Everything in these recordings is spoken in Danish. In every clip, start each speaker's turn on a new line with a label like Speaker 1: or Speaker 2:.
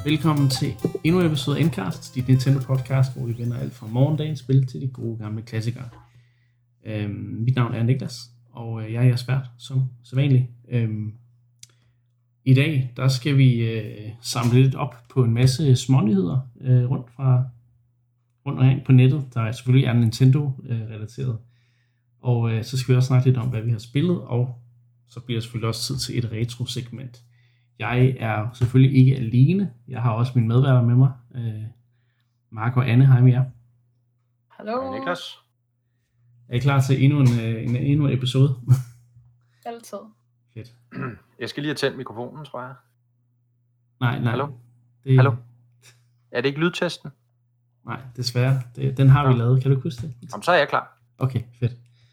Speaker 1: Velkommen til endnu en episode af Endcast, dit Nintendo podcast, hvor vi vender alt fra morgendagens spil til de gode gamle klassikere. Mit navn er Niklas, og jeg er jeres vært som sædvanligt. I dag der skal vi samle lidt op på en masse smånyheder rundt omkring på nettet, der selvfølgelig er Nintendo-relateret. Og så skal vi også snakke lidt om, hvad vi har spillet, og så bliver der selvfølgelig også tid til et retro-segment. Jeg er selvfølgelig ikke alene. Jeg har også mine medværter med mig. Mark og Anne, hej med jer.
Speaker 2: Hallo.
Speaker 3: Hej Niklas.
Speaker 1: Er I klar til endnu en episode?
Speaker 2: Altid.
Speaker 1: Fedt.
Speaker 3: Jeg skal lige have tændt mikrofonen, tror jeg.
Speaker 1: Nej.
Speaker 3: Hallo? Hallo? Er det ikke lydtesten?
Speaker 1: Nej, desværre. Den har vi lavet. Kan du huske det?
Speaker 3: Jamen, så er jeg klar.
Speaker 1: Okay, fedt.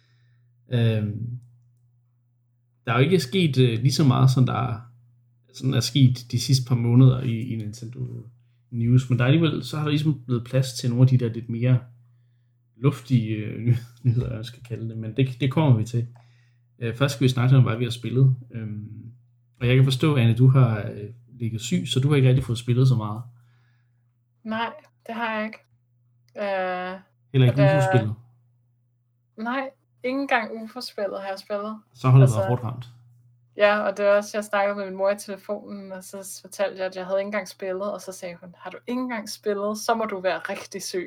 Speaker 1: Der er jo ikke sket lige så meget, som der sådan er sket de sidste par måneder i Nintendo News, men der alligevel, så har der ligesom blevet plads til nogle af de der lidt mere luftige nyheder, jeg skal kalde det, men det kommer vi til. Først skal vi snakke om, hvad vi har spillet. Og jeg kan forstå, Anne, du har ligget syg, så du har ikke rigtig fået spillet så meget.
Speaker 2: Nej, det har jeg ikke.
Speaker 1: Heller ikke UFO-spillet?
Speaker 2: Nej, ikke engang UFO-spillet har jeg spillet.
Speaker 1: Så har det været hårdt ramt.
Speaker 2: Ja, og det var også, jeg snakkede med min mor i telefonen, og så fortalte jeg, at jeg havde ikke engang spillet, og så sagde hun, har du ikke engang spillet, så må du være rigtig syg.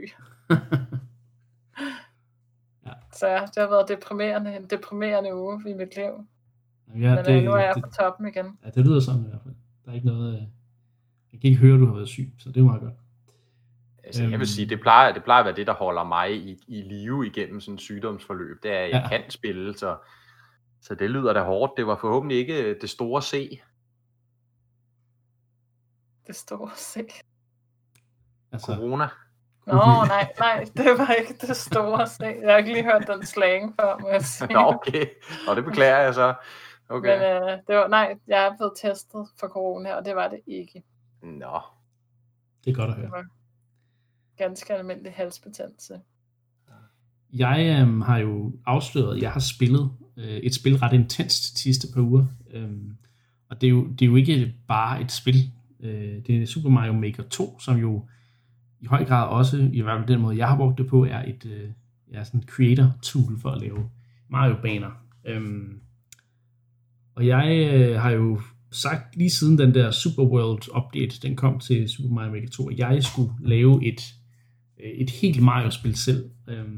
Speaker 1: Ja. Så
Speaker 2: ja, det har været en deprimerende uge i mit liv.
Speaker 1: Ja,
Speaker 2: men nu er jeg på toppen igen.
Speaker 1: Ja, det lyder sådan i hvert fald. Der er ikke noget, jeg kan ikke høre, at du har været syg, så det er meget godt.
Speaker 3: Altså, jeg vil sige, det plejer at være det, der holder mig i live igennem sådan et sygdomsforløb. Det er, at jeg kan spille, så det lyder da hårdt. Det var forhåbentlig ikke det store C.
Speaker 2: Det store C?
Speaker 3: Altså, corona?
Speaker 2: Nå, nej, det var ikke det store C. Jeg har ikke lige hørt den slang før, må jeg sige.
Speaker 3: Nå, okay. Og det beklager jeg så. Okay.
Speaker 2: Men jeg er blevet testet for corona, og det var det ikke.
Speaker 3: Nå.
Speaker 1: Det er godt at høre.
Speaker 2: Det var ganske almindelig halsbetændelse.
Speaker 1: Jeg har jo afsløret, at jeg har spillet et spil ret intenst de sidste par uger. Og det er jo ikke bare et spil. Det er Super Mario Maker 2, som jo i høj grad også, i hvert fald den måde, jeg har brugt det på, er et sådan et creator-tool for at lave Mario-baner. Og jeg har jo sagt lige siden den der Super World Update, den kom til Super Mario Maker 2, at jeg skulle lave et helt Mario-spil selv.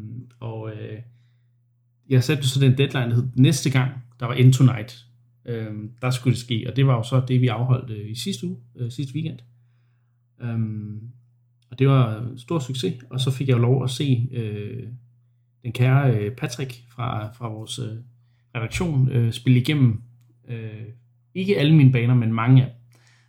Speaker 1: Jeg satte så den deadline, der hed næste gang, der var Into Night. Der skulle det ske, og det var jo så det, vi afholdt i sidste weekend. Og det var en stor succes, og så fik jeg jo lov at se den kære Patrick fra vores redaktion spille igennem ikke alle mine baner, men mange af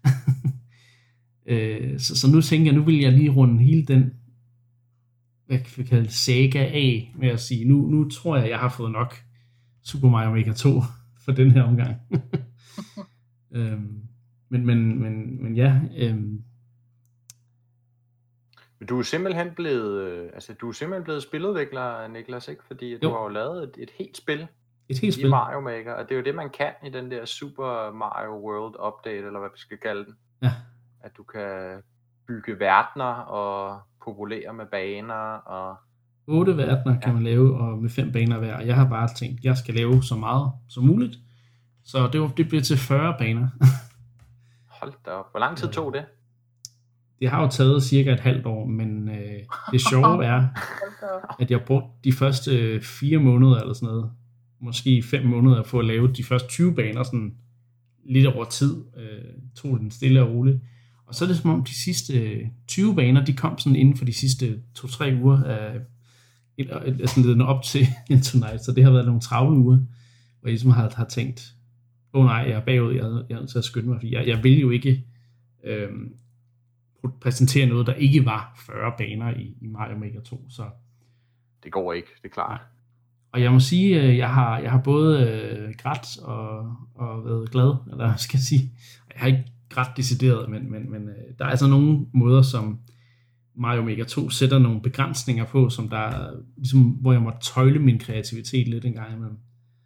Speaker 1: dem. Så nu tænker jeg, nu vil jeg lige runde hele den, hvad kan vi kalde det, saga af, med at sige, nu tror jeg har fået nok Super Mario Maker 2 for den her omgang. Men ja.
Speaker 3: Du er simpelthen blevet spiludvikler, Niklas, ikke? Fordi du har jo lavet et helt spil. I Mario Maker, og det er jo det, man kan i den der Super Mario World Update, eller hvad vi skal kalde den.
Speaker 1: Ja.
Speaker 3: At du kan bygge verdener og populere med baner. Og
Speaker 1: 8 verdener kan man lave, og med 5 baner hver. Jeg har bare tænkt, at jeg skal lave så meget som muligt. Så det bliver til 40 baner.
Speaker 3: Hold da op. Hvor lang tid tog det?
Speaker 1: Det har jo taget cirka et halvt år, men det sjove er, at jeg brugte de første 4 måneder eller sådan noget, måske 5 måneder for at lave de første 20 baner sådan lidt over tid, tog den stille og roligt. Og så er det som om de sidste 20 baner, de kom sådan inden for de sidste 2-3 uger af sådan lidt op til Into Night, så det har været nogle travle uger, hvor jeg ligesom har tænkt, nej, jeg er bagud, jeg er nødt til at skynde mig, fordi jeg vil jo ikke præsentere noget, der ikke var 40 baner i Mario Maker 2, så
Speaker 3: det går ikke, det er klart.
Speaker 1: Og jeg må sige, at jeg har både grædt og været glad, eller skal jeg sige, jeg har ikke grædt decideret, men der er altså nogle måder, som Mario Maker 2 sætter nogle begrænsninger på, som der ligesom, hvor jeg må tøjle min kreativitet lidt en gang imellem.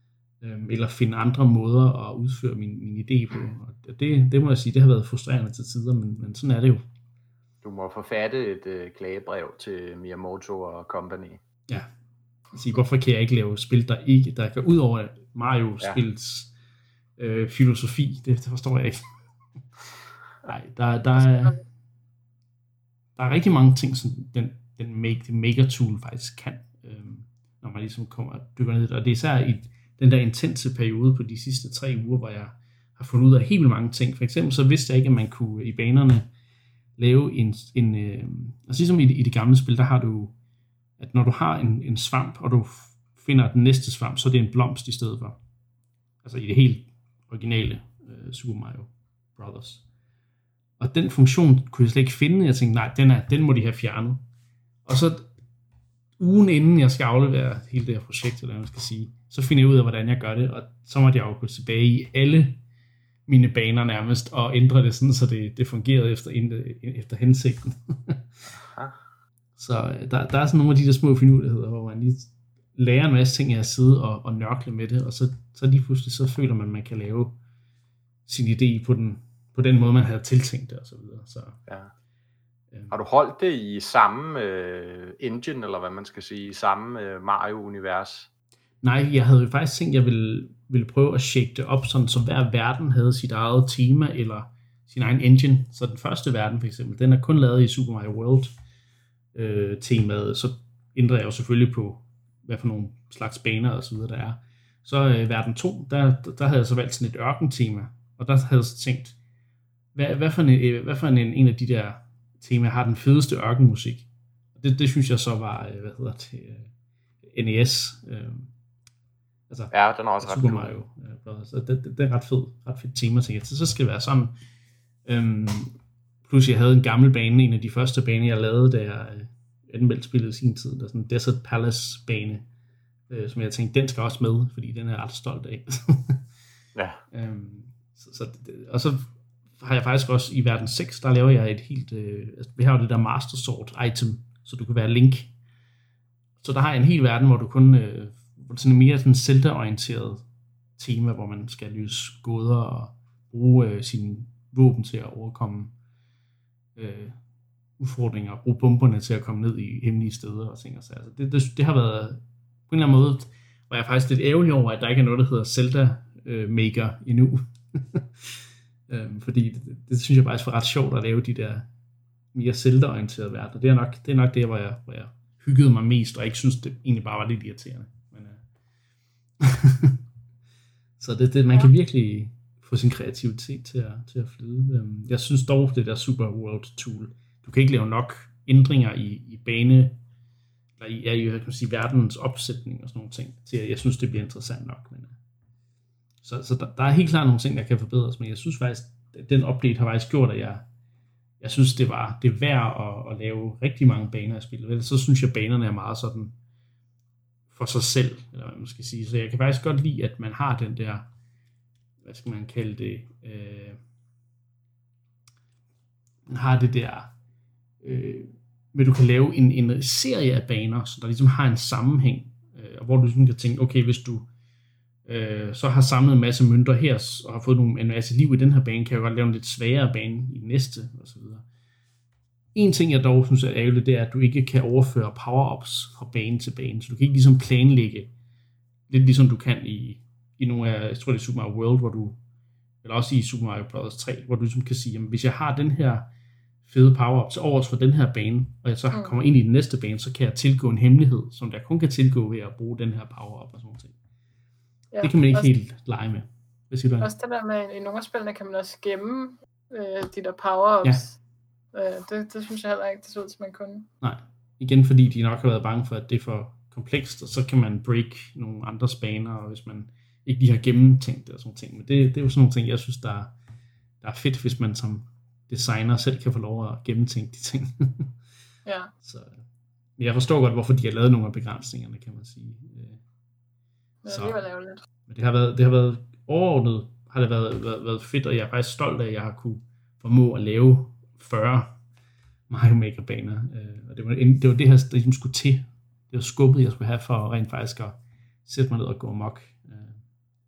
Speaker 1: eller finde andre måder at udføre min idé på. Og det må jeg sige, det har været frustrerende til tider, men sådan er det jo.
Speaker 3: Du må forfatte et klagebrev til Miyamoto og company.
Speaker 1: Ja. Sige, hvorfor kan jeg ikke lave spil, der går ud over Mario-spils filosofi? Det forstår jeg ikke. Nej, der er rigtig mange ting, som den Maker-tool faktisk kan, når man ligesom kommer og dykker ned. Og det er især i den der intense periode på de sidste 3 uger, hvor jeg har fundet ud af helt mange ting. For eksempel så vidste jeg ikke, at man kunne i banerne lave en altså ligesom i de gamle spil, der har du, at når du har en svamp, og du finder den næste svamp, så er det en blomst i stedet for. Altså i det helt originale Super Mario Brothers. Og den funktion kunne jeg slet ikke finde. Jeg tænkte, nej, den må de have fjernet. Og så ugen inden jeg skal aflevere hele det her projekt, eller hvad man skal sige, så finder jeg ud af, hvordan jeg gør det, og så måtte jeg jo gå tilbage i alle mine baner nærmest, og ændre det sådan, så det fungerede efter hensigten. Så der er sådan nogle af de der små finurligheder, hvor man lige lærer en masse ting af at sidde og nørkle med det, og så lige pludselig så føler man kan lave sin idé på den måde, man havde tiltænkt det, og så videre. Så,
Speaker 3: ja. Har du holdt det i samme engine, eller hvad man skal sige, samme Mario-univers?
Speaker 1: Nej, jeg havde jo faktisk tænkt, at jeg ville prøve at shake det op, sådan, så hver verden havde sit eget tema, eller sin egen engine. Så den første verden, for eksempel, den er kun lavet i Super Mario World temaet. Så ændrer jeg jo selvfølgelig på, hvad for nogle slags baner og så videre der er. Så verden 2, der havde jeg så valgt sådan et ørkentema, og der havde jeg så tænkt, hvad for en af de der temaer har den fedeste ørkenmusik? Det synes jeg så var, NES. Altså,
Speaker 3: ja, den er også
Speaker 1: Super Mario. Så det er ret fedt tema, tænker jeg. Så skal det være sådan. Plus jeg havde en gammel bane, en af de første baner, jeg lavede, da jeg anmeldte spillet i sin tid. Der er sådan en Desert Palace bane, som jeg tænkte, den skal også med, fordi den er jeg ret stolt af.
Speaker 3: Ja.
Speaker 1: Og så har jeg faktisk også i verden 6, der laver jeg et helt, vi har jo det der Master Sword item, så du kan være Link. Så der har jeg en hel verden, hvor du kun, sådan mere sådan Zelda-orienteret tema, hvor man skal løse gåder og bruge sine våben til at overkomme udfordringer, og bruge bomberne til at komme ned i hemmelige steder og ting og sager. Altså det har været på en eller anden måde, hvor jeg er faktisk lidt ærgerlig over, at der ikke er noget, der hedder Zelda Maker endnu. Fordi det synes jeg faktisk var ret sjovt at lave de der mere Zelda-orienterede verdener. Det er nok det, hvor jeg hyggede mig mest, og ikke synes, det egentlig bare var lidt irriterende. Men, så man kan virkelig få sin kreativitet til at flyde. Jeg synes dog, det der Super World Tool, du kan ikke lave nok ændringer i bane, eller i kan man sige, verdens opsætning og sådan nogle ting, til at jeg synes, det bliver interessant nok. Men, så der er helt klart nogle ting, der kan forbedres, men jeg synes faktisk, at den update har faktisk gjort, at jeg synes, det er værd at lave rigtig mange baner i spillet. Vel, så synes jeg, at banerne er meget sådan for sig selv, eller hvad man skal sige. Så jeg kan faktisk godt lide, at man har den der, hvad skal man kalde det, man har det der, men du kan lave en serie af baner, så der ligesom har en sammenhæng, og hvor du sådan kan tænke, okay, hvis du så har samlet en masse mønter her, og har fået en masse liv i den her bane, kan jeg godt lave en lidt sværere bane i den næste, og så videre. En ting, jeg dog synes er ærgerligt, det er, at du ikke kan overføre power-ups fra bane til bane, så du kan ikke ligesom planlægge, lidt ligesom du kan i nogle af, jeg tror det er Super Mario World, hvor du, eller også i Super Mario Brothers 3, hvor du ligesom kan sige, jamen, hvis jeg har den her fede power-up til overs for den her bane, og jeg så kommer ind i den næste bane, så kan jeg tilgå en hemmelighed, som der kun kan tilgå ved at bruge den her power-up og sådan noget. Ja, det kan man ikke helt lege med. Hvad siger du?
Speaker 2: Også det der med, i nogle af spillene kan man også gemme de der power-ups. Ja. Det synes jeg heller ikke, det så ud til, man kunne.
Speaker 1: Nej, igen fordi de nok har været bange for, at det er for komplekst, og så kan man break nogle andre baner, og hvis man ikke lige har gennemtænkt det og sådan ting. Men det er jo sådan nogle ting, jeg synes, der er fedt, hvis man som designer selv kan få lov at gennemtænke de ting.
Speaker 2: Ja.
Speaker 1: Så jeg forstår godt, hvorfor de har lavet nogle af begrænsningerne, kan man sige.
Speaker 2: Ja, det var ærgerligt.
Speaker 1: Men det har været overordnet, har det været fedt, og jeg er faktisk stolt af, at jeg har kunne formå at lave 40 Mario Maker baner. Og det var det her, der ligesom skulle til. Det var skubbet, jeg skulle have for rent faktisk at sætte mig ned og gå amok.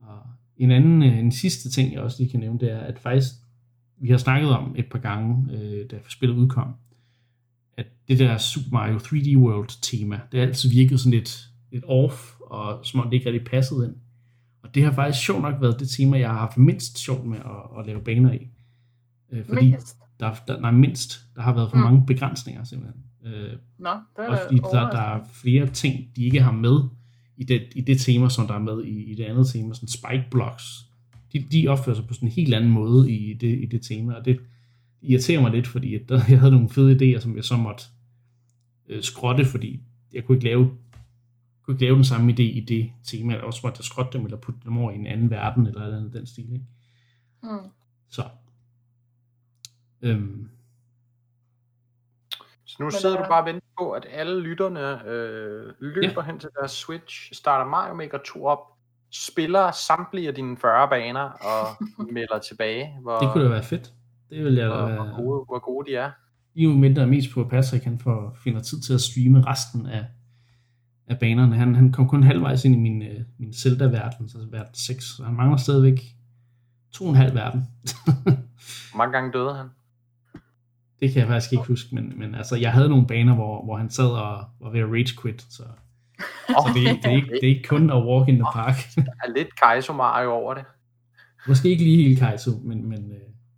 Speaker 1: Og en sidste ting, jeg også lige kan nævne, det er, at faktisk, vi har snakket om et par gange, da spillet udkom, at det der Super Mario 3D World tema, det har altid virket sådan lidt off, og som om det ikke rigtig passede ind. Og det har faktisk sjovt nok været det tema, jeg har haft mindst sjovt med at lave baner i. Fordi der har været for mange begrænsninger simpelthen. Også fordi der er flere ting, de ikke har med i det tema, som der er med i det andet tema, sådan spike blocks. De opfører sig på sådan en helt anden måde i det tema, og det irriterer mig lidt, fordi jeg havde nogle fede idéer, som jeg så måtte skrotte, fordi jeg kunne ikke lave den samme idé i det tema, eller også måtte jeg skrotte dem, eller putte dem over i en anden verden, eller andet den stil, ikke? Så.
Speaker 3: Så nu sidder du bare og venter på, at alle lytterne løber hen til deres Switch, starter Mario Maker 2 op, spiller samtlige af dine 40 baner og melder tilbage.
Speaker 1: Det kunne da være fedt. Det vil jeg
Speaker 3: hvor gode de er.
Speaker 1: I jo mindre mest på, at Patrick han finder tid til at streame resten af banerne. Han kom kun halvvejs ind i min Zelda-verden, så verden 6, så han mangler stadigvæk 2,5 verden.
Speaker 3: Hvor mange gange døde han?
Speaker 1: Det kan jeg faktisk ikke huske, men altså, jeg havde nogle baner, hvor han sad og var ved at rage quit, så det er ikke kun at walk in the park.
Speaker 3: Der er lidt Kaizo Mario over det.
Speaker 1: Måske ikke lige helt Kaizo, men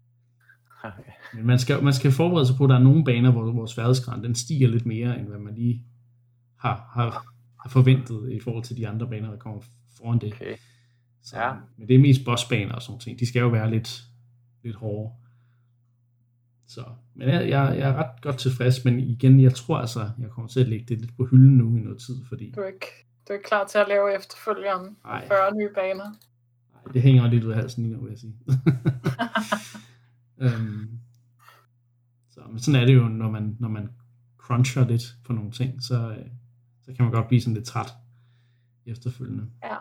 Speaker 1: man skal forberede sig på, at der er nogle baner, hvor sværhedsgraden den stiger lidt mere, end hvad man lige har forventet i forhold til de andre baner, der kommer foran det.
Speaker 3: Okay.
Speaker 1: Så, ja. Men det er mest bossbaner og sådan ting. De skal jo være lidt hårde. Så, men jeg er ret godt tilfreds, men igen, jeg tror altså, jeg kommer til at lægge det lidt på hylden nu i noget tid, fordi...
Speaker 2: Du er ikke klar til at lave efterfølgeren 40 nye baner?
Speaker 1: Nej, det hænger lidt ud af halsen lige nu, vil jeg sige. Men sådan er det jo, når man cruncher lidt på nogle ting, så kan man godt blive sådan lidt træt efterfølgende.
Speaker 2: Ja.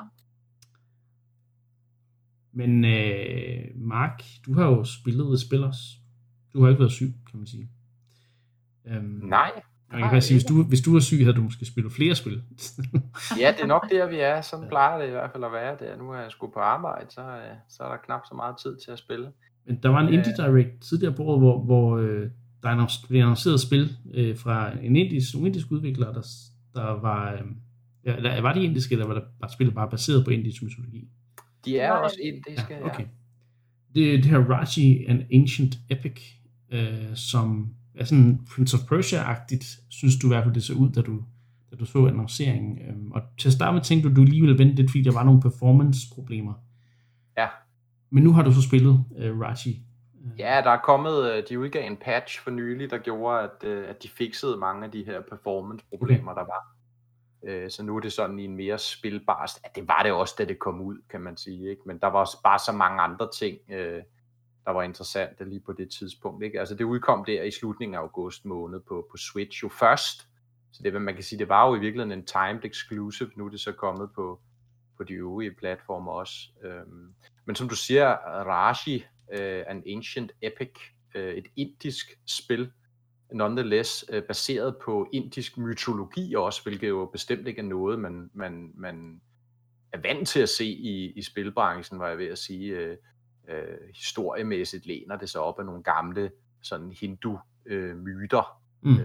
Speaker 1: Men Mark, du har jo spillet et spil også. Du har ikke været syg, kan man sige.
Speaker 3: Nej.
Speaker 1: Og jeg kan sige, hvis du var syg, havde du måske spillet flere spil.
Speaker 3: Ja, det er nok der, vi er. Sådan plejer det i hvert fald at være der. Nu er jeg sgu på arbejde, så er der knap så meget tid til at spille.
Speaker 1: Men der var en Indie Direct tidligere på året, hvor der blev annonceret spil fra nogle indiske udviklere, der var... var de indiske, eller var der bare spillet bare baseret på indisk mytologi?
Speaker 3: De er også indiske,
Speaker 1: ja. Okay. Det her Raji and Ancient Epic, som er sådan Prince of Persia-agtigt, synes du i hvert fald, det så ud, da du så annonceringen. Og til at starte med tænkte du lige ville vente lidt, fordi der var nogle performance-problemer.
Speaker 3: Ja.
Speaker 1: Men nu har du så spillet Raji.
Speaker 3: Ja, der er kommet, de udgav en patch for nylig, der gjorde, at de fikset mange af de her performance-problemer, der var. Så nu er det sådan i en mere spilbar... Det var det også, da det kom ud, kan man sige. Ikke? Men der var også bare så mange andre ting, der var interessante lige på det tidspunkt. Ikke? Altså det udkom der i slutningen af august måned på Switch jo først. Så det, man kan sige, det var jo i virkeligheden en timed exclusive. Nu er det så kommet på de øvrige platformer også. Men som du siger, Raji, an Ancient Epic, et indisk spil, nonetheless baseret på indisk mytologi også, hvilket jo bestemt ikke er noget, man er vant til at se i spilbranchen, var jeg ved at sige. Historiemæssigt læner det sig op af nogle gamle sådan hindu-myter.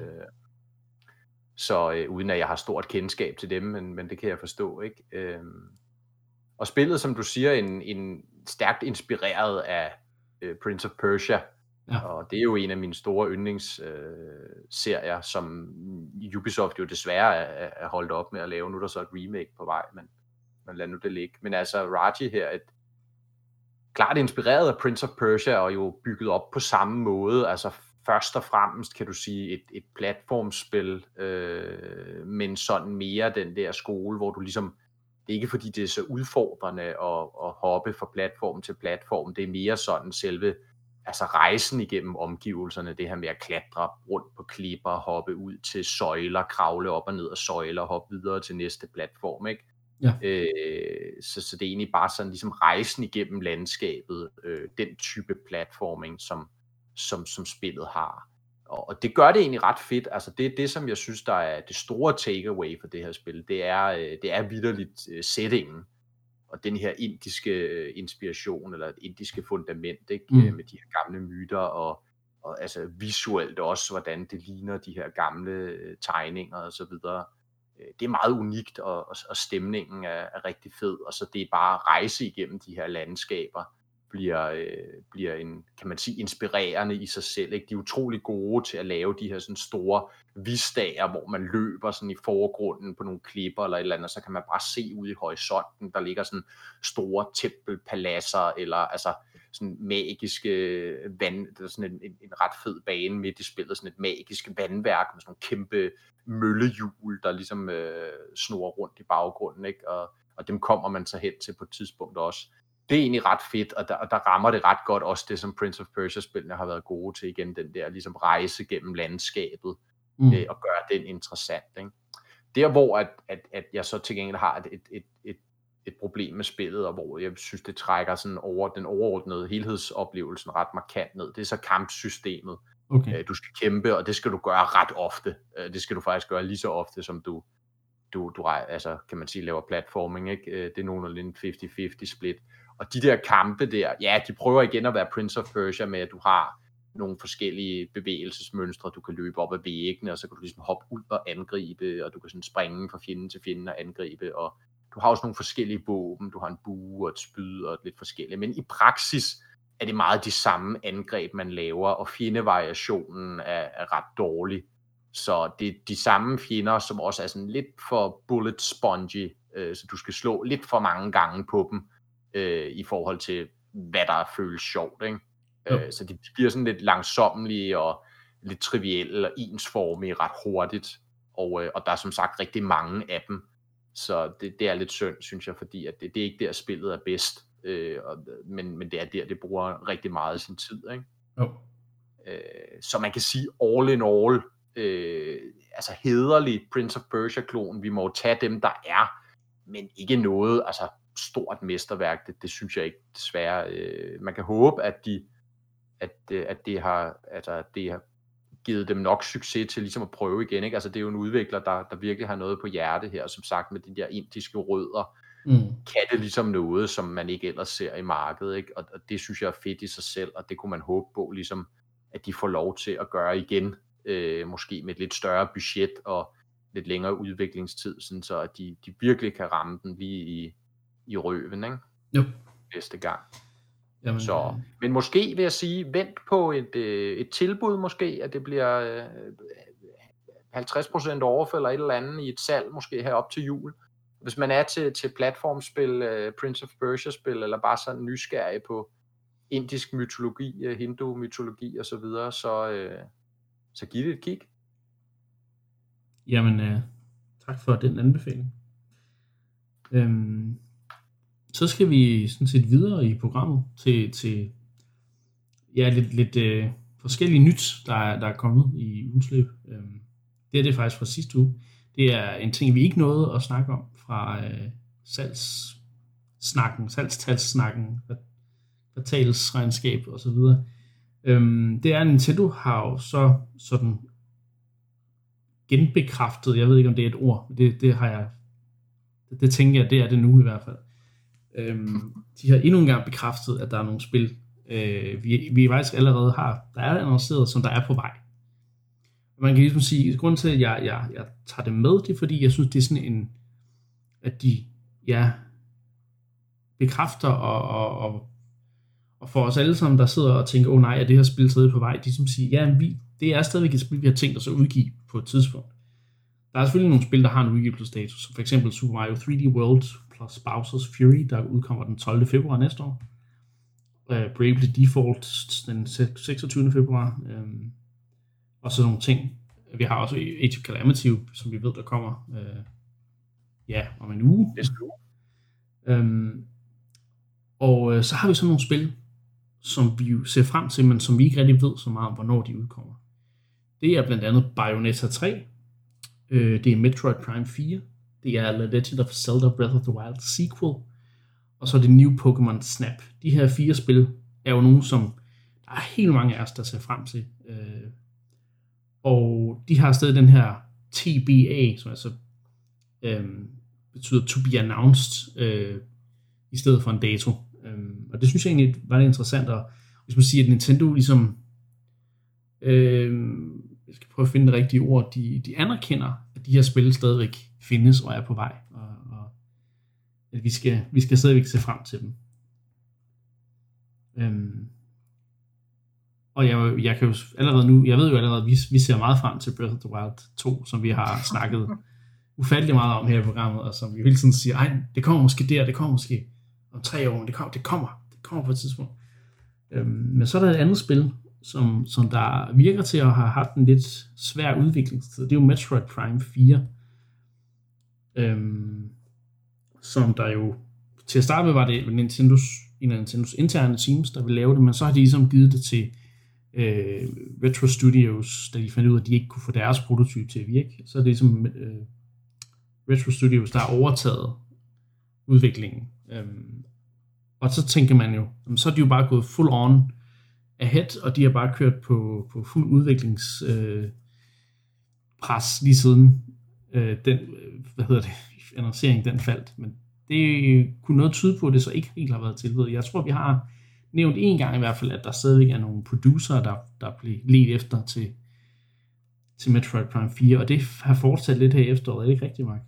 Speaker 3: Så uden at jeg har stort kendskab til dem, men det kan jeg forstå, ikke? Og spillet, som du siger, en stærkt inspireret af Prince of Persia. Ja. Og det er jo en af mine store yndlingsserier, som Ubisoft jo desværre er holdt op med at lave. Nu er der så et remake på vej, men lad nu det ligge. Men altså Raji her, klart inspireret af Prince of Persia, og jo bygget op på samme måde. Altså først og fremmest kan du sige et platformspil, men sådan mere den der skole, hvor du ligesom, det er ikke fordi det er så udfordrende at hoppe fra platform til platform, det er mere sådan selve altså rejsen igennem omgivelserne, det her med at klatre rundt på klipper, hoppe ud til søjler, kravle op og ned af søjler, hoppe videre til næste platform, ikke?
Speaker 1: Ja.
Speaker 3: Så det er egentlig bare sådan ligesom rejsen igennem landskabet, den type platforming, som spillet har. Og det gør det egentlig ret fedt. Altså det som jeg synes, der er det store takeaway for det her spil, det er vitterligt settingen. og den her indiske inspiration, eller indiske fundament, ikke? Med de her gamle myter, og altså visuelt også, hvordan det ligner de her gamle tegninger og så videre. Det er meget unikt, og stemningen er rigtig fed, og så det er bare at rejse igennem de her landskaber, bliver en, kan man sige, inspirerende i sig selv, ikke? De er utrolig gode til at lave de her sådan store visdager, hvor man løber sådan i forgrunden på nogle klipper eller et eller andet, så kan man bare se ud i horisonten, der ligger sådan store tempelpaladser, eller altså sådan magiske vand, der er sådan en ret fed bane midt i spillet, sådan et magisk vandværk med sådan nogle kæmpe møllehjul, der ligesom snurrer rundt i baggrunden, ikke? Og dem kommer man så hen til på et tidspunkt også. Det er egentlig ret fedt, og der rammer det ret godt også det, som Prince of Persia-spillene har været gode til, igen den der ligesom rejse gennem landskabet, og gøre den interessant, ikke? Der hvor at jeg så til gengæld har et problem med spillet, og hvor jeg synes, det trækker sådan over den overordnede helhedsoplevelsen ret markant ned, det er så kampsystemet. Okay. Du skal kæmpe, og det skal du gøre ret ofte. Det skal du faktisk gøre lige så ofte, som du altså, kan man sige, laver platforming, ikke? Det er nogenlunde en 50-50 split. Og de der kampe der, ja, de prøver igen at være Prince of Persia med, at du har nogle forskellige bevægelsesmønstre, du kan løbe op ad væggene, og så kan du ligesom hoppe ud og angribe, og du kan sådan springe fra fjende til fjende og angribe, og du har også nogle forskellige våben, du har en bue og et spyd og lidt forskellige, men i praksis er det meget de samme angreb, man laver, og fjendevariationen er ret dårlig. Så det er de samme fjender, som også er sådan lidt for bullet spongy, så du skal slå lidt for mange gange på dem, i forhold til, hvad der føles sjovt, ikke? Så de bliver sådan lidt langsommelige og lidt trivielle og ensformige ret hurtigt, og der er som sagt rigtig mange af dem, så det er lidt synd, synes jeg, fordi at det er ikke der, spillet er bedst, men det er der, det bruger rigtig meget af sin tid, ikke? Så man kan sige all in all, altså hæderligt Prince of Persia-klon, vi må tage dem, der er, men ikke noget altså stort mesterværk, det synes jeg ikke, desværre. Man kan håbe, at det har givet dem nok succes til ligesom at prøve igen, ikke? Altså det er jo en udvikler, der virkelig har noget på hjerte her, som sagt med de der indiske rødder, kan det ligesom noget, som man ikke ellers ser i markedet, ikke? Og det synes jeg er fedt i sig selv, og det kunne man håbe på, ligesom, at de får lov til at gøre igen, måske med et lidt større budget og lidt længere udviklingstid, sådan så at de virkelig kan ramme den lige i røven, ikke? Jo. Næste gang. Jamen, så, men måske vil jeg sige, vent på et tilbud måske, at det bliver 50% off eller et eller andet i et salg, måske her op til jul. Hvis man er til platformspil, Prince of Persia-spil, eller bare sådan nysgerrig på indisk mytologi, hindu-mytologi og så videre, så giv det et kig.
Speaker 1: Jamen, tak for den anbefaling. Så skal vi sådan set videre i programmet til ja, lidt forskellige nyt, der er kommet i ugens løb. Det er faktisk fra sidste uge. Det er en ting, vi ikke nåede at snakke om fra salgstalssnakken, kvartalsregnskab og så videre. Det er, Nintendo har jo så sådan genbekræftet, jeg ved ikke om det er et ord, det tænker jeg, det er det nu i hvert fald. De har endnu en gang bekræftet, at der er nogle spil, vi faktisk allerede har, der er annonceret, som der er på vej. Man kan ligesom sige, at grunden til, at jeg tager det med, det er fordi, jeg synes, det er sådan at de bekræfter og for os alle sammen, der sidder og tænker, nej, er det her spil stadig på vej, de som siger, det er stadigvæk et spil, vi har tænkt os at udgive på et tidspunkt. Der er selvfølgelig nogle spil, der har en udgivelsesdato, som for eksempel Super Mario 3D World plus Bowser's Fury, der udkommer den 12. februar næste år. Bravely Default den 26. februar. Og sådan nogle ting. Vi har også Age of Calamity, som vi ved, der kommer om en uge.
Speaker 3: Næste uge.
Speaker 1: Og så har vi sådan nogle spil, som vi jo ser frem til, men som vi ikke rigtig ved så meget om, hvornår de udkommer. Det er blandt andet Bayonetta 3, det er Metroid Prime 4, det er The Legend of Zelda Breath of the Wild sequel, og så er det New Pokémon Snap. De her 4 spil er jo nogle, som der er helt mange af os, der ser frem til. Og de har stadig den her TBA, som altså betyder to be announced i stedet for en dato. Og det synes jeg egentlig var lidt interessant, og hvis man siger, at Nintendo ligesom, jeg skal prøve at finde det rigtige ord, de anerkender, at de her spil stadigvæk findes og er på vej, og at vi skal stadigvæk se frem til dem. Og jeg kan jo allerede nu, jeg ved jo allerede, at vi ser meget frem til Breath of the Wild 2, som vi har snakket ufattelig meget om her i programmet, og som vi hele tiden siger, ej, det kommer måske det kommer måske om 3 år, men det kommer på et tidspunkt. Men så er der et andet spil, som der virker til at have haft en lidt svær udviklingstid. Det er jo Metroid Prime 4, som der jo, til at starte med var det en af Nintendos interne teams, der ville lave det, men så har de ligesom givet det til Retro Studios, da de fandt ud af, at de ikke kunne få deres prototype til at virke. Så er det ligesom Retro Studios, der har overtaget udviklingen. Og så tænker man jo, så er de jo bare gået full on ahead, og de har bare kørt på fuld udviklingspres lige siden den, annoncering den faldt. Men det kunne noget tyde på, at det så ikke helt har været tilfældet. Jeg tror, vi har nævnt en gang i hvert fald, at der stadigvæk er nogle producer, der bliver ledt efter til Metroid Prime 4, og det har fortsat lidt her i efteråret. Er det ikke rigtigt, Mark?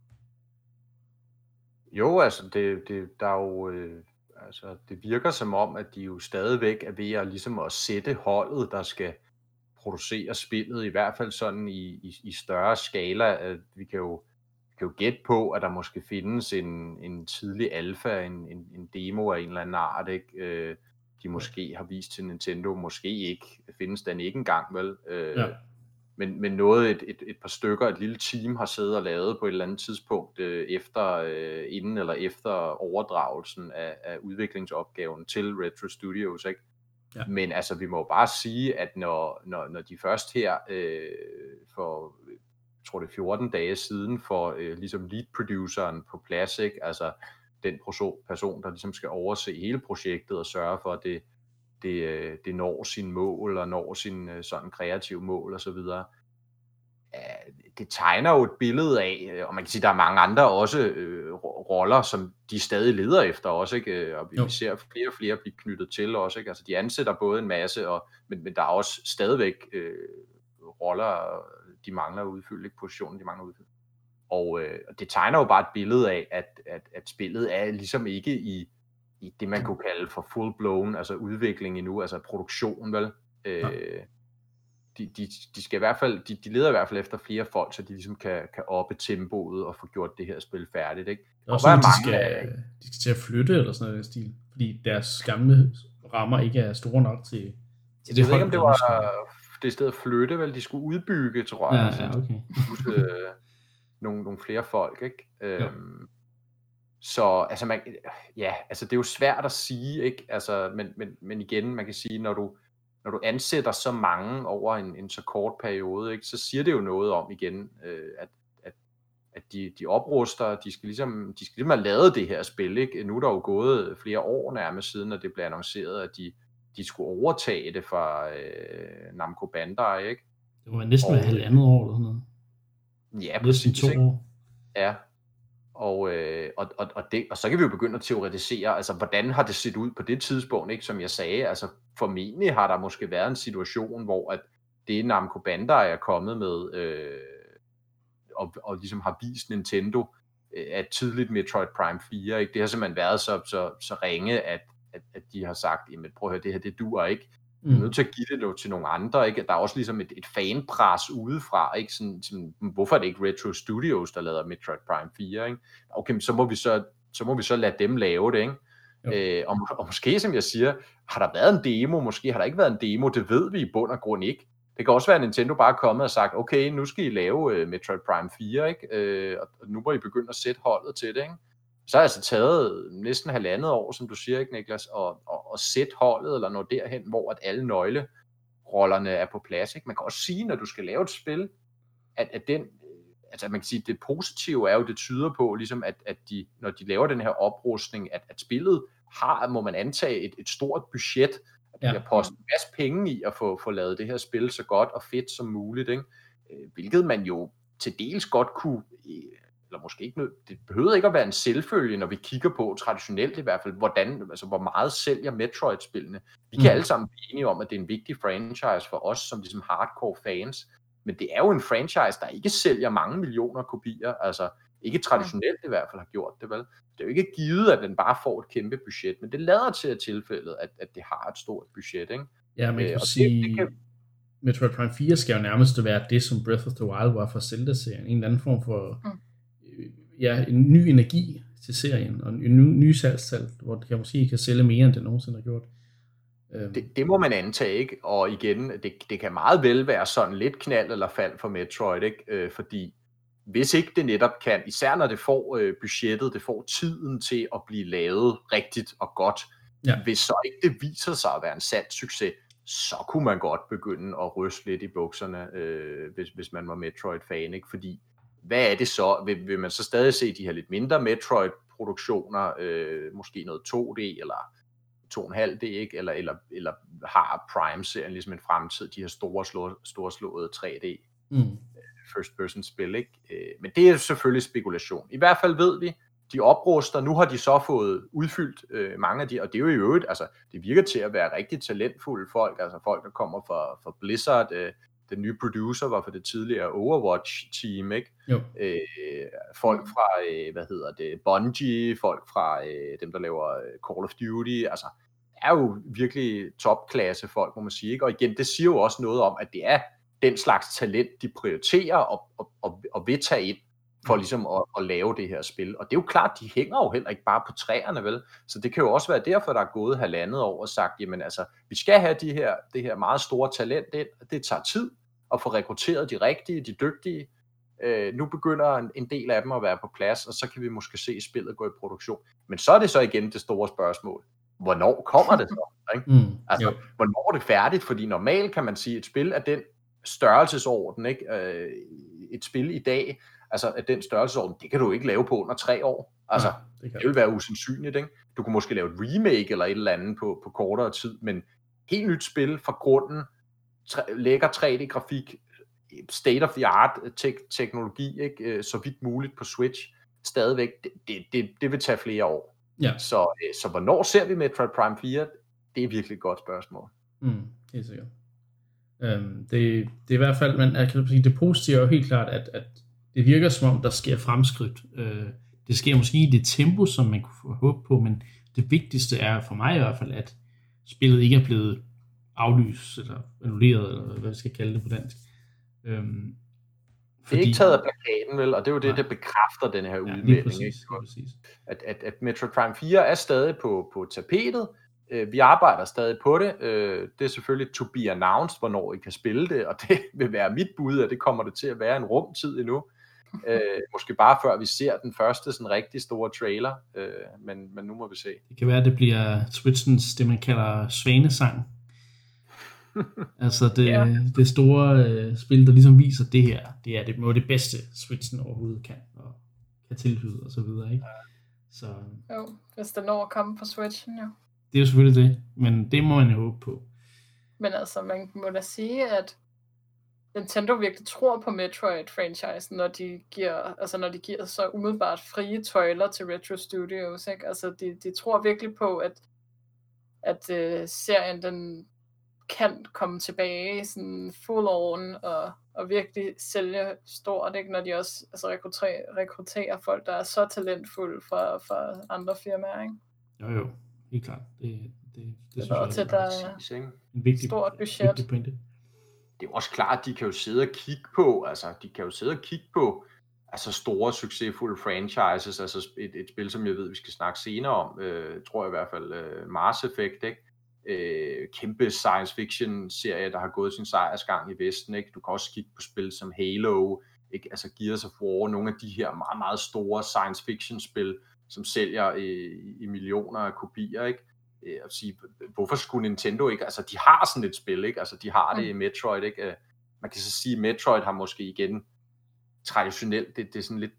Speaker 3: Jo, altså der er jo, altså det virker som om, at de jo stadigvæk er ved at ligesom at sætte holdet, der skal producere spillet, i hvert fald sådan i større skala. Vi kan jo gætte på, at der måske findes en tidlig alfa, en demo af en eller anden art, ikke? De måske har vist til Nintendo, måske ikke, findes den ikke engang, vel? Ja. Men noget, et par stykker, et lille team har siddet og lavet på et eller andet tidspunkt, inden eller efter overdragelsen af udviklingsopgaven til Retro Studios, ikke? Ja. Men altså, vi må bare sige, at når de først her for, jeg tror det er 14 dage siden, får ligesom lead produceren på plads, ikke? Altså den person, der ligesom skal overse hele projektet og sørge for, at det når sine mål og når sine sådan kreative mål og så videre. Det tegner jo et billede af, og man kan sige, der er mange andre også roller, som de stadig leder efter også, ikke? Og vi ser flere og flere blive knyttet til også, ikke? Altså de ansætter både en masse, men der er også stadigvæk roller, de mangler at udfylde, ikke? Positionen, de mangler at udfylde. Og det tegner jo bare et billede af, at spillet er ligesom ikke i det, man kunne kalde for full-blown, altså udvikling endnu, altså produktion, vel? De skal i hvert fald, de leder i hvert fald efter flere folk, så de ligesom kan oppe tempoet og få gjort det her spil færdigt, ikke?
Speaker 1: Og så de skal til at flytte eller sådan noget stil, fordi deres gamle rammer ikke er store nok til det.
Speaker 3: Jeg ved ikke, om det var det sted at flytte, vel? De skulle udbygge, tror jeg.
Speaker 1: Ja, okay.
Speaker 3: Nogle flere folk, ikke? Så altså altså det er jo svært at sige, ikke? Altså, men igen, man kan sige, når du ansætter så mange over en så kort periode, ikke, så siger det jo noget om igen, at de opruster, de skal ligesom have lavet det her spil, ikke? Nu er der jo gået flere år nærmest siden, at det blev annonceret, at de skulle overtage det fra Namco Bandai, ikke?
Speaker 1: Det var næsten halvandet år eller sådan noget.
Speaker 3: Ja, præcis,
Speaker 1: 2 år.
Speaker 3: Ja. Og så kan vi jo begynde at teoretisere, altså hvordan har det set ud på det tidspunkt, ikke? Som jeg sagde, altså formentlig har der måske været en situation, hvor at det Namco Bandai er kommet med, og ligesom har vist Nintendo, at tidligt Metroid Prime 4, ikke? Det har simpelthen været så ringe, at de har sagt, jamen prøv at høre, det her, det duer ikke. Vi er nødt til at give det til nogle andre, ikke? Der er også ligesom et fanpres udefra, ikke? Sådan, hvorfor er det ikke Retro Studios, der laver Metroid Prime 4, ikke? Okay, så må vi så lade dem lave det, ikke? Og måske, som jeg siger, har der været en demo, måske har der ikke været en demo, det ved vi i bund og grund ikke. Det kan også være, at Nintendo bare er kommet og sagt, okay, nu skal I lave Metroid Prime 4, ikke? Og nu må I begynde at sætte holdet til det, ikke? Så har det altså taget næsten 1,5 år, som du siger, ikke, Niklas, og sætte holdet, eller nå derhen, hvor at alle nøglerollerne er på plads, ikke? Man kan også sige, når du skal lave et spil, at den, altså man kan sige, det positive er jo, det tyder på, ligesom at de, når de laver den her oprustning, at spillet har, må man antage, et stort budget, at de har postet en masse penge i at få lavet det her spil så godt og fedt som muligt, ikke? Hvilket man jo til dels godt kunne, eller måske ikke, det behøver ikke at være en selvfølge, når vi kigger på, traditionelt i hvert fald, hvor meget sælger Metroid-spillene. Vi kan alle sammen blive enige om, at det er en vigtig franchise for os, som ligesom hardcore fans, men det er jo en franchise, der ikke sælger mange millioner kopier, altså ikke traditionelt i hvert fald har gjort det, vel? Det er jo ikke givet, at den bare får et kæmpe budget, men det lader til at tilfældet, at det har et stort budget, ikke?
Speaker 1: Ja, man kan sige, Metroid Prime 4 skal jo nærmest være det, som Breath of the Wild var for Zelda-serien. En eller anden form for en ny energi til serien, og en ny salgstal, hvor det måske kan sælge mere, end det nogensinde har gjort.
Speaker 3: Det må man antage, ikke? Og igen, det kan meget vel være sådan lidt knald eller fald for Metroid, ikke? Fordi hvis ikke det netop kan, især når det får budgettet, det får tiden til at blive lavet rigtigt og godt, hvis så ikke det viser sig at være en salgssucces, så kunne man godt begynde at ryste lidt i bukserne, hvis man var Metroid-fan, ikke? Fordi, hvad er det så? Vil man så stadig se de her lidt mindre Metroid-produktioner, måske noget 2D eller 2,5D, ikke? Eller har Prime-serien ligesom en fremtid, de her storslåede 3D first-person-spil, ikke? Men det er selvfølgelig spekulation. I hvert fald ved vi, de opruster, nu har de så fået udfyldt mange af de, og det er jo i øvrigt, altså det virker til at være rigtig talentfulde folk, altså folk, der kommer fra Blizzard, den nye producer var for det tidligere Overwatch-team, ikke? Folk fra, Bungie, folk fra dem, der laver Call of Duty, altså er jo virkelig topklasse folk, må man sige, ikke? Og igen, det siger jo også noget om, at det er den slags talent, de prioriterer og vil tage ind, for ligesom at lave det her spil. Og det er jo klart, de hænger jo heller ikke bare på træerne, vel? Så det kan jo også være derfor, der er gået 1,5 år og sagt, jamen altså, vi skal have det her meget store talent ind, det tager tid at få rekrutteret de rigtige, de dygtige. Nu begynder en del af dem at være på plads, og så kan vi måske se spillet gå i produktion. Men så er det så igen det store spørgsmål. Hvornår kommer det så? Ikke? Hvornår er det færdigt? Fordi normalt kan man sige, et spil af den størrelsesorden, ikke? Et spil i dag, altså at den størrelsesorden, det kan du ikke lave på under 3 år. Altså, det vil være usandsynligt, ikke? Du kan måske lave et remake eller et eller andet på kortere tid, men helt nyt spil fra grunden, lækker 3D-grafik, state of the art teknologi, ikke? Så vidt muligt på Switch, stadigvæk, det vil tage flere år.
Speaker 1: Ja.
Speaker 3: Så hvornår ser vi Metroid Prime 4? Det er virkelig et godt spørgsmål.
Speaker 1: Helt sikkert. Det er i hvert fald, men jeg kan sige, det positive er jo helt klart, at det virker som om, der sker fremskridt. Det sker måske i det tempo, som man kunne håbe på, men det vigtigste er for mig i hvert fald, at spillet ikke er blevet aflyst, eller annulleret, eller hvad vi skal kalde det på dansk.
Speaker 3: Det er ikke taget af plakaten, vel? Og det er jo det, der bekræfter den her udmelding. Præcis. At Metroid Prime 4 er stadig på tapetet. Vi arbejder stadig på det. Det er selvfølgelig to be announced, hvornår I kan spille det, og det vil være mit bud, at det kommer det til at være en rumtid endnu. Måske bare før vi ser den første sådan rigtig store trailer, men nu må vi se.
Speaker 1: Det kan være, at det bliver Switchens, det man kalder svanesang. Altså det store spil, der ligesom viser det her, det er det bedste Switchen overhovedet kan tilbyde og så videre, ikke? Så
Speaker 2: jo, hvis det når at komme på Switchen, jo.
Speaker 1: Det er jo selvfølgelig det, men det må man jo håbe på.
Speaker 2: Men altså, man må da sige, at Nintendo virkelig tror på Metroid-franchisen, når de giver så umiddelbart frie tøjler til Retro Studios, ikke? Altså, de tror virkelig på, at serien, den kan komme tilbage sådan full on og virkelig sælge stort, ikke? Når de også rekrutterer folk, der er så talentfulde fra andre firmaer, ikke?
Speaker 1: Jo, helt klart. Det synes
Speaker 2: jeg
Speaker 1: også,
Speaker 2: der er en vigtig, stort budget.
Speaker 3: Det er også klart, at de kan jo sidde og kigge på, altså store, succesfulde franchises, altså et spil, som jeg ved, vi skal snakke senere om, tror jeg i hvert fald, Mass Effect, ikke? Kæmpe science fiction serie, der har gået sin sejrsgang i Vesten, ikke? Du kan også kigge på spil som Halo, ikke? Altså Gears of War, nogle af de her meget, meget store science fiction spil, som sælger i millioner af kopier, ikke? At sige, hvorfor skulle Nintendo ikke, altså de har sådan et spil, ikke? Altså de har det i Metroid, ikke? Man kan så sige, at Metroid har måske igen traditionelt, det er sådan lidt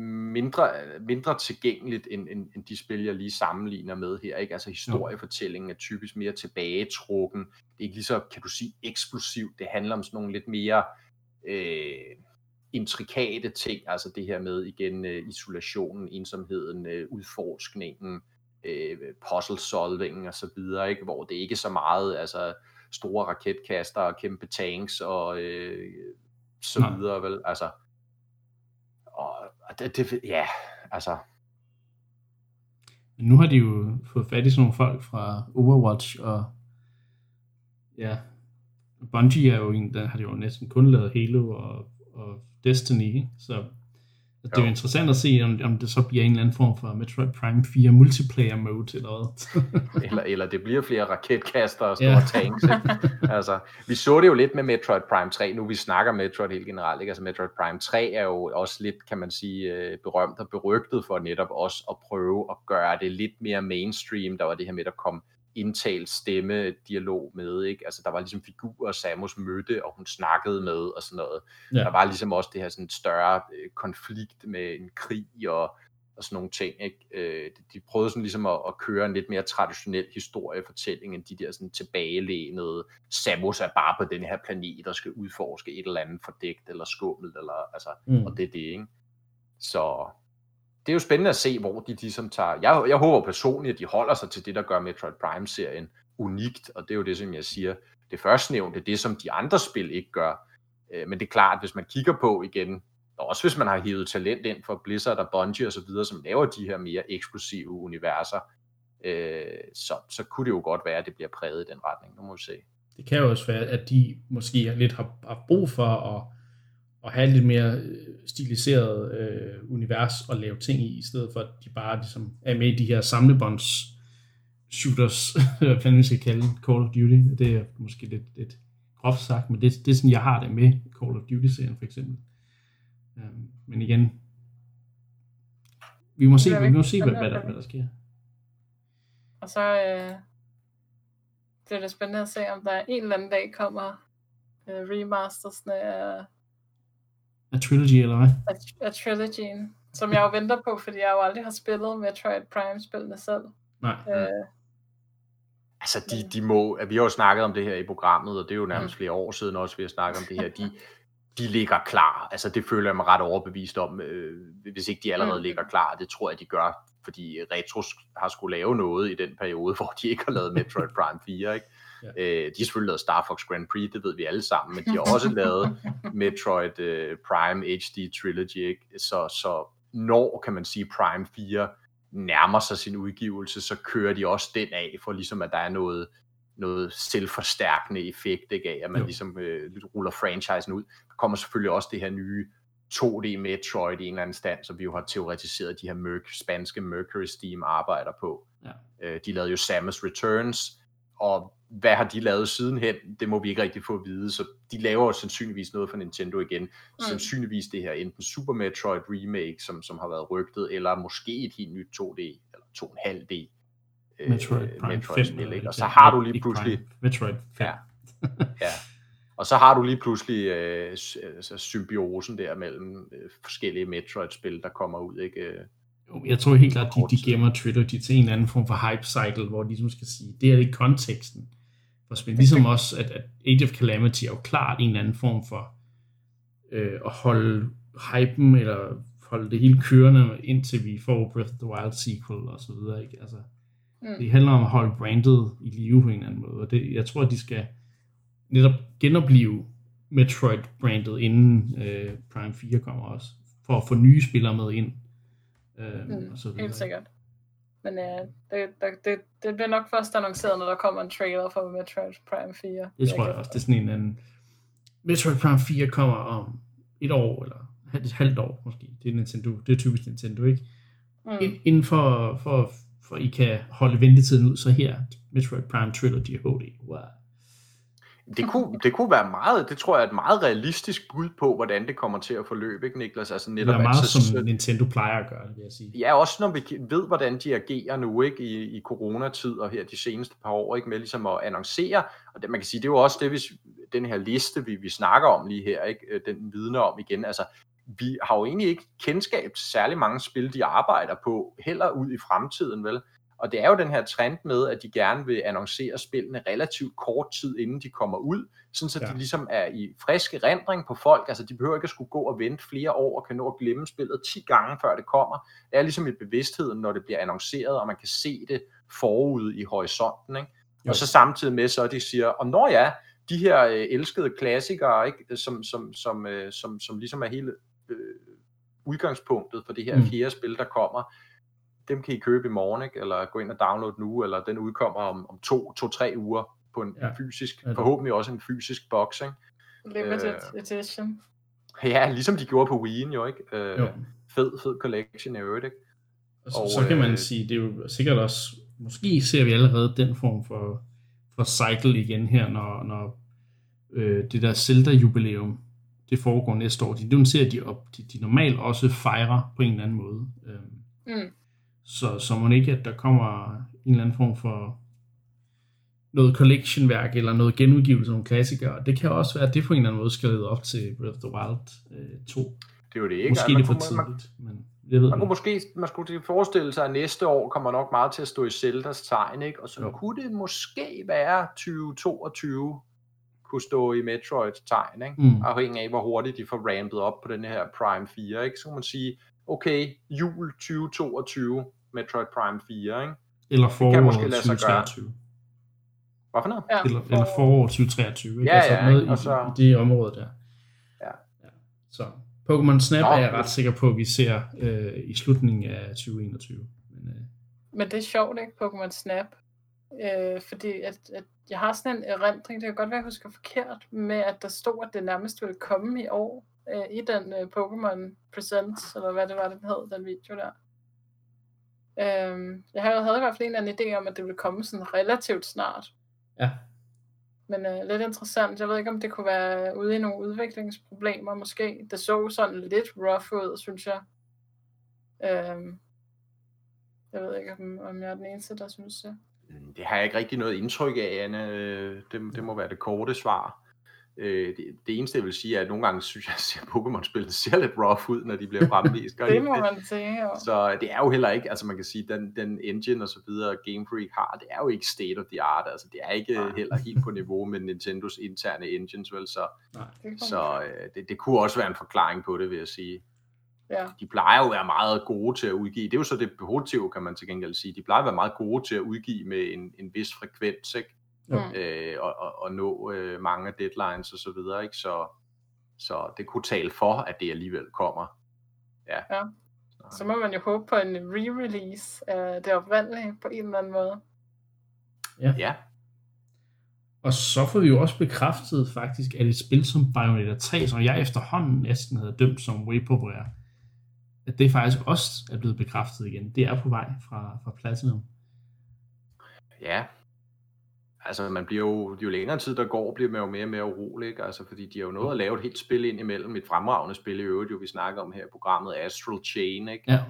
Speaker 3: mindre tilgængeligt end de spil, jeg lige sammenligner med her, ikke? Altså historiefortællingen er typisk mere tilbagetrukken, det er ikke lige så, kan du sige, eksplosivt, det handler om sådan nogle lidt mere intrikate ting, altså det her med igen isolationen, ensomheden, udforskningen, puzzle-solvingen og så videre, ikke? Hvor det ikke er så meget altså store raketkaster og kæmpe tanks og så videre, vel? Altså, og ja, altså.
Speaker 1: Men nu har de jo fået fat i sådan nogle folk fra Overwatch, og ja, Bungie er jo en, der har de jo næsten kun lavet Halo og Destiny, ikke? Så det er jo interessant at se, om det så bliver en eller anden form for Metroid Prime 4 multiplayer mode, eller hvad.
Speaker 3: eller det bliver flere raketkaster og store tanks, ikke? Altså, vi så det jo lidt med Metroid Prime 3, nu vi snakker Metroid helt generelt, ikke? Altså Metroid Prime 3 er jo også lidt, kan man sige, berømt og berygtet for netop også at prøve at gøre det lidt mere mainstream. Der var det her med, at kom indtalt stemme dialog med, ikke? Altså der var ligesom figurer, Samus mødte, og hun snakkede med, og sådan noget. Ja. Der var ligesom også det her sådan større konflikt med en krig, og sådan nogle ting, ikke? De prøvede sådan ligesom at køre en lidt mere traditionel historiefortælling, end de der sådan tilbagelænede, Samus er bare på den her planet, og skal udforske et eller andet fordækt, eller skummelt, eller altså, og det er det, ikke? Så det er jo spændende at se, hvor de ligesom tager. Jeg håber personligt, at de holder sig til det, der gør Metroid Prime-serien unikt, og det er jo det, som jeg siger. Det førstnævnte, det som de andre spil ikke gør. Men det er klart, hvis man kigger på igen, og også hvis man har hivet talent ind for Blizzard og Bungie og så videre, som laver de her mere eksklusive universer, så kunne det jo godt være, at det bliver præget i den retning. Nu må vi se.
Speaker 1: Det kan jo også være, at de måske lidt har brug for at have lidt mere stiliseret univers at lave ting i stedet for at de bare ligesom er med i de her samlebånds shooters, hvad fanden vi skal kalde Call of Duty. Det er måske lidt groft sagt, men det er sådan, jeg har det med Call of Duty-serien for eksempel. Men igen, vi må se, hvad der sker.
Speaker 2: Og så det er det spændende at se, om der en eller anden dag kommer remastersne
Speaker 1: af Trilogy, eller hvad?
Speaker 2: Af Trilogyen, som jeg jo venter på, fordi jeg jo aldrig har spillet Metroid Prime-spillene selv.
Speaker 1: Nej.
Speaker 3: Altså, de må, vi har jo snakket om det her i programmet, og det er jo nærmest flere år siden også, vi har snakket om det her. De ligger klar. Altså, det føler jeg mig ret overbevist om, hvis ikke de allerede ligger klar. Det tror jeg, de gør, fordi Retro har skulle lave noget i den periode, hvor de ikke har lavet Metroid Prime 4, ikke? Ja. De har selvfølgelig lavet Star Fox Grand Prix, det ved vi alle sammen, men de har også lavet Metroid Prime HD Trilogy, ikke? Så når, kan man sige, Prime 4 nærmer sig sin udgivelse, så kører de også den af, for ligesom at der er noget selvforstærkende effekt, ikke, af, at man ligesom ruller franchisen ud. Der kommer selvfølgelig også det her nye 2D Metroid i en eller anden stand, som vi jo har teoretiseret, de her spanske Mercury Steam arbejder på. Ja. De lavede jo Samus Returns, og hvad har de lavet sidenhen? Det må vi ikke rigtig få at vide, så de laver jo sandsynligvis noget for Nintendo igen. Sandsynligvis det her enten Super Metroid Remake, som har været rygtet, eller måske et helt nyt 2D, eller 2,5D
Speaker 1: Metroid Prime 5,
Speaker 3: spil, ikke? Og så har du lige pludselig
Speaker 1: Metroid 5.
Speaker 3: Ja. Og så har du lige pludselig symbiosen der mellem forskellige Metroid-spil, der kommer ud, ikke?
Speaker 1: Jeg tror helt klart, at de gemmer Trilogy til en eller anden form for hype cycle, hvor de ligesom skal sige, det er ikke konteksten for spil. Ligesom også, at Age of Calamity er jo klart en eller anden form for at holde hypen, eller holde det hele kørende, indtil vi får Breath of the Wild sequel og så videre, ikke? Altså, det handler om at holde brandet i live på en eller anden måde, og jeg tror, at de skal netop genoplive Metroid-brandet, inden Prime 4 kommer også, for at få nye spillere med ind. Og så
Speaker 2: helt sikkert. Men det bliver nok først annonceret, når der kommer en trailer for Metroid Prime 4.
Speaker 1: Det tror jeg også. Det er sådan en anden. Metroid Prime 4 kommer om et år, eller et halvt år måske. Det er Nintendo. Det er typisk Nintendo, ikke? Inden for I kan holde ventetiden ud, så her Metroid Prime Trilogy HD. Wow.
Speaker 3: Det kunne være meget, det tror jeg er et meget realistisk bud på, hvordan det kommer til at forløbe, ikke, Niklas? Altså netop,
Speaker 1: det er meget som Nintendo plejer at gøre det, vil jeg sige.
Speaker 3: Ja, også når vi ved, hvordan de agerer nu, ikke, i coronatid og her de seneste par år, ikke, med ligesom at annoncere, og det, man kan sige, det er jo også det, hvis den her liste, vi snakker om lige her, ikke, den vidner om igen, altså vi har jo egentlig ikke kendskab til særlig mange spil, de arbejder på, heller ud i fremtiden, vel? Og det er jo den her trend med, at de gerne vil annoncere spillene relativt kort tid, inden de kommer ud, sådan så de ligesom er i frisk erindring på folk. Altså de behøver ikke at skulle gå og vente flere år og kan nå at glemme spillet 10 gange, før det kommer. Det er ligesom i bevidstheden, når det bliver annonceret, og man kan se det forud i horisonten, ikke? Og så samtidig med, så de siger, og når ja, de her elskede klassikere, ikke, som ligesom er hele udgangspunktet for det her fjerde spil, der kommer, dem kan I købe i morgen, ikke? Eller gå ind og downloade nu, eller den udkommer om 2-3 uger på en fysisk, forhåbentlig også en fysisk box, ikke?
Speaker 2: Limited edition.
Speaker 3: Ja, ligesom de gjorde på Wii'en jo, ikke? Fed collection i øvrigt, ikke?
Speaker 1: Og så kan man sige, det er jo sikkert også, måske ser vi allerede den form for cycle igen her, når det der Zelda-jubilæum, det foregår næste år. Det ser de normalt også fejrer på en eller anden måde. Så må det ikke, at der kommer en eller anden form for noget collection-værk, eller noget genudgivelse af nogle klassikere. Det kan også være, at det på en eller anden måde skal lede op til Breath of the Wild 2.
Speaker 3: Det er jo det ikke.
Speaker 1: Måske det for tidligt, men jeg ved
Speaker 3: man skulle forestille sig, at næste år kommer nok meget til at stå i Zeldas tegn, ikke? Og så kunne det måske være 2022 kunne stå i Metroids tegn, ikke? Afhængig af, hvor hurtigt de får rampet op på den her Prime 4, ikke? Så kan man sige, okay, jul 2022, Metroid Prime 4, ikke?
Speaker 1: Eller foråret 2023.
Speaker 3: Hvad for noget?
Speaker 1: Ja, eller foråret 2023, ikke?
Speaker 3: Ja,
Speaker 1: noget
Speaker 3: og så
Speaker 1: i det område der.
Speaker 3: Ja.
Speaker 1: Så Pokémon Snap er jeg ret sikker på, at vi ser i slutningen af 2021.
Speaker 2: Men det er sjovt, ikke? Pokémon Snap. Fordi at jeg har sådan en erindring, det kan godt være, at jeg husker forkert, med at der stod, at det nærmest ville komme i år, i den Pokémon Presents, eller hvad det var, den hed, den video der. Jeg havde i hvert fald en eller anden idé om, at det ville komme sådan relativt snart.
Speaker 1: Ja.
Speaker 2: Men lidt interessant. Jeg ved ikke, om det kunne være ude i nogle udviklingsproblemer måske. Det så sådan lidt rough ud, synes jeg. Jeg ved ikke, om jeg er den eneste, der synes det.
Speaker 3: Det har jeg ikke rigtig noget indtryk af, Anne. Det må være det korte svar. Det eneste, jeg vil sige, er, at nogle gange synes jeg, at Pokémon-spillet ser lidt rough ud, når de bliver fremvist.
Speaker 2: Det må man sige, jo.
Speaker 3: Så det er jo heller ikke, altså man kan sige, den engine og så videre, Game Freak har, det er jo ikke state of the art. Altså det er ikke heller helt på niveau med Nintendos interne engines, vel? Så det kunne også være en forklaring på det, vil jeg sige.
Speaker 2: Ja. De
Speaker 3: plejer jo at være meget gode til at udgive. Det er jo så det positive, kan man til gengæld sige. De plejer at være meget gode til at udgive med en vis frekvens, ikke? Og nå mange af deadlines og så videre, ikke? Så det kunne tale for, at det alligevel kommer. Ja.
Speaker 2: Så må man jo håbe på en re-release af det oprindelige på en eller anden måde.
Speaker 3: Ja.
Speaker 1: Og så får vi jo også bekræftet faktisk, at et spil som Bayonetta 3, som jeg efterhånden næsten havde dømt som way populær, at det faktisk også er blevet bekræftet igen. Det er på vej fra Platinum.
Speaker 3: Ja. Altså man bliver jo længere tid der går, bliver man jo mere og mere urolig, ikke? Altså fordi de har jo nået at lave et helt spil ind imellem, et fremragende spil i øvrigt, jo vi snakker om her i programmet, Astral Chain, ikke?
Speaker 1: Ja,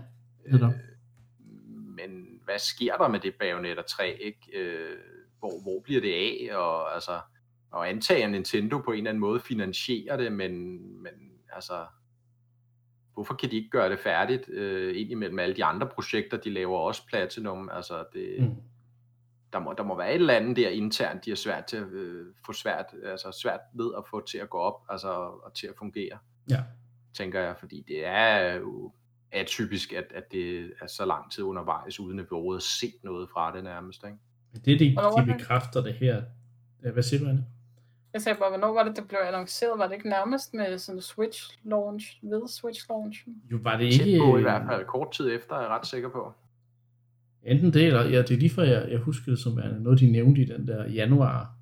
Speaker 3: men hvad sker der med det Bayonetta 3, ikke? Hvor bliver det af? Og antager Nintendo på en eller anden måde finansierer det, men altså hvorfor kan de ikke gøre det færdigt ind imellem alle de andre projekter, de laver også Platinum, altså det der må være et eller andet der internt, de er svært til at få svært ved at få til at gå op, altså og til at fungere.
Speaker 1: Ja.
Speaker 3: Tænker jeg, fordi det er jo atypisk, at det er så lang tid undervejs, uden at vi overhovedet set noget fra det nærmest, ikke?
Speaker 1: Det de bekræfter det her. Hvad siger du, Anne?
Speaker 2: Jeg sagde bare, hvornår var det blev annonceret? Var det ikke nærmest med sådan en Switch launch, ved Switch launchen?
Speaker 1: Jo, var det ikke...
Speaker 3: Tæt på i hvert fald kort tid efter, er jeg ret sikker på.
Speaker 1: Enten det, eller det er lige for, jeg husker det som noget, de nævnte i den der januar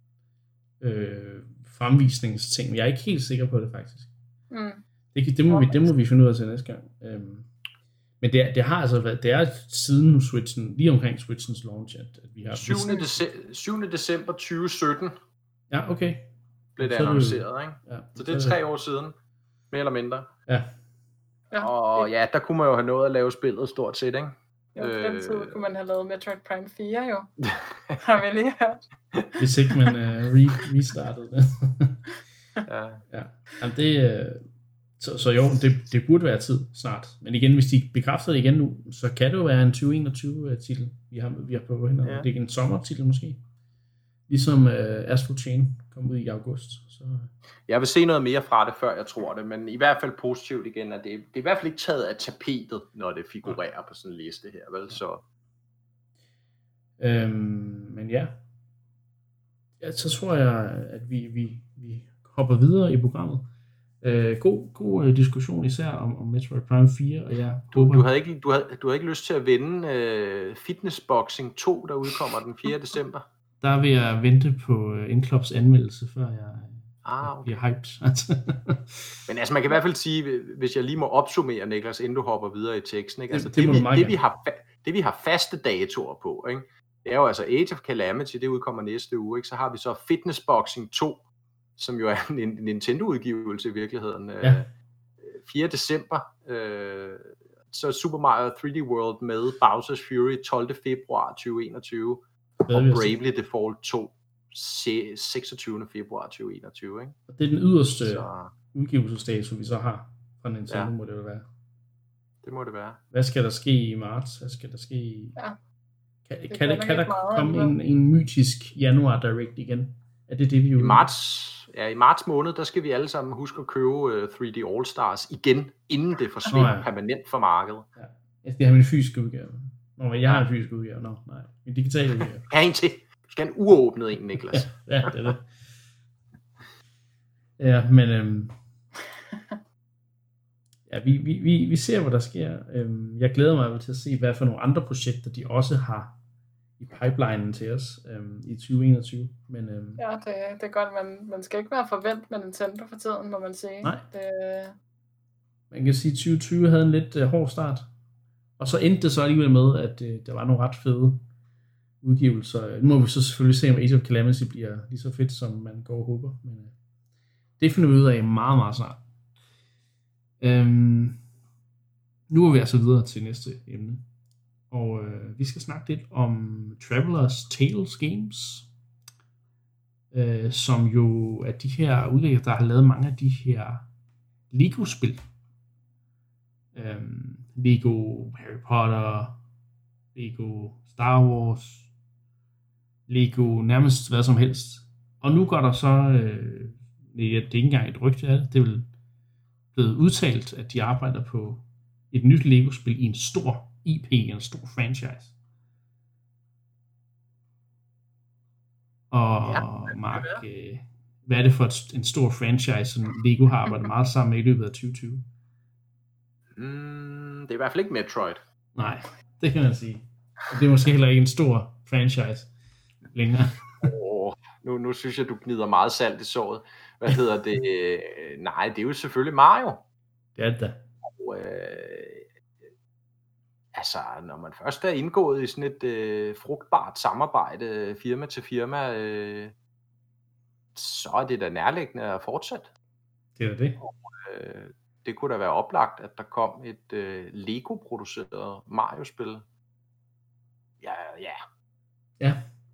Speaker 1: fremvisningsting. Jeg er ikke helt sikker på det, faktisk. Det må vi finde ud af til næste gang. Men det har altså været, det er siden Switchen, lige omkring Switchens launch, at vi har...
Speaker 3: 7. december 2017.
Speaker 1: Ja, okay.
Speaker 3: Blev det annonceret, ikke? Ja, så det er 3 år siden, mere eller mindre.
Speaker 1: Ja.
Speaker 3: Og ja, der kunne man jo have nået at lave spillet stort set, ikke?
Speaker 2: Jo, på den tid kunne man have lavet Metroid Prime 4, jo. Har vi lige hørt.
Speaker 1: Hvis ikke man restartede det.
Speaker 3: Ja.
Speaker 1: Jamen, det Så jo, det burde være tid snart. Men igen, hvis de bekræfter det igen nu, så kan det jo være en 2021-titel, vi har på hænderne. Ja. Det er en sommertitel måske. Ligesom Astral Chain kom ud i august. Så.
Speaker 3: Jeg vil se noget mere fra det, før jeg tror det, men i hvert fald positivt igen, at det er i hvert fald ikke taget af tapetet, når det figurerer på sådan en liste her, vel? Så.
Speaker 1: Men ja, så tror jeg, at vi hopper videre i programmet. God diskussion især om Metroid Prime 4, og jeg håber...
Speaker 3: Du havde ikke lyst til at vinde Fitnessboxing 2, der udkommer den 4. december?
Speaker 1: Der vil jeg vente på N-Clubs anmeldelse, før jeg bliver hyped.
Speaker 3: Men altså, man kan i hvert fald sige, hvis jeg lige må opsummere, Niklas, inden du hopper videre i teksten, ikke? Altså, det vi har faste datoer på, ikke? Det er jo altså Age of Calamity, det udkommer næste uge, ikke? Så har vi så Fitnessboxing 2, som jo er en Nintendo-udgivelse i virkeligheden. 4. december, så Super Mario 3D World med Bowser's Fury 12. februar 2021, og Bravely Default 2 26. februar 2021. Ikke?
Speaker 1: Det er den yderste udgivelsesdato, vi så har fra Nintendo, må det jo være.
Speaker 3: Det må det være.
Speaker 1: Hvad skal der ske i marts? Hvad skal der ske i... Ja. Kan der komme en mytisk januar direct igen? Er det vi jo...
Speaker 3: I marts måned, der skal vi alle sammen huske at købe 3D All Stars igen, inden det forsvinder permanent fra markedet.
Speaker 1: Ja. Det har min fysiske udgave. Jeg har en fysisk udgave. Nej, min digitale udgave.
Speaker 3: Jeg har en til. Du skal have en uåbnet en, Niklas.
Speaker 1: Ja, det er det. Ja, men... Ja, vi ser, hvad der sker. Jeg glæder mig til at se, hvad for nogle andre projekter, de også har i pipelinen til os i 2021. Men,
Speaker 2: ja, det er godt. Man skal ikke være forvent med Nintendo for tiden, må man sige.
Speaker 1: Nej. Man kan sige, at 2020 havde en lidt hård start. Og så endte det så alligevel med, at der var nogle ret fede udgivelser. Nu må vi så selvfølgelig se, om Age of Calamity bliver lige så fedt, som man går og håber. Men det finder vi ud af meget, meget snart. Nu er vi altså videre til næste emne. Og vi skal snakke lidt om Traveler's Tales Games, som jo er de her udlæggere, der har lavet mange af de her Lego-spil. Lego Harry Potter, Lego Star Wars, Lego nærmest hvad som helst. Og nu går der så, det er ikke engang et rygte af det, det er vel blevet udtalt, at de arbejder på et nyt Lego-spil i en stor IP, en stor franchise. Og ja, Mark, hvad er det for en stor franchise, som Lego har arbejdet meget sammen med i løbet af 2020?
Speaker 3: Det er i hvert fald ikke Metroid.
Speaker 1: Nej, det kan man sige. Og det er måske heller ikke en stor franchise længere.
Speaker 3: Nu synes jeg, du gnider meget salt i såret. Hvad hedder det? Nej, det er jo selvfølgelig Mario.
Speaker 1: Det er det.
Speaker 3: Og, altså, når man først er indgået i sådan et frugtbart samarbejde, firma til firma, så er det da nærliggende at fortsætte.
Speaker 1: Det er det.
Speaker 3: Og, det kunne da være oplagt, at der kom et Lego-produceret Mario-spil.
Speaker 1: Ja.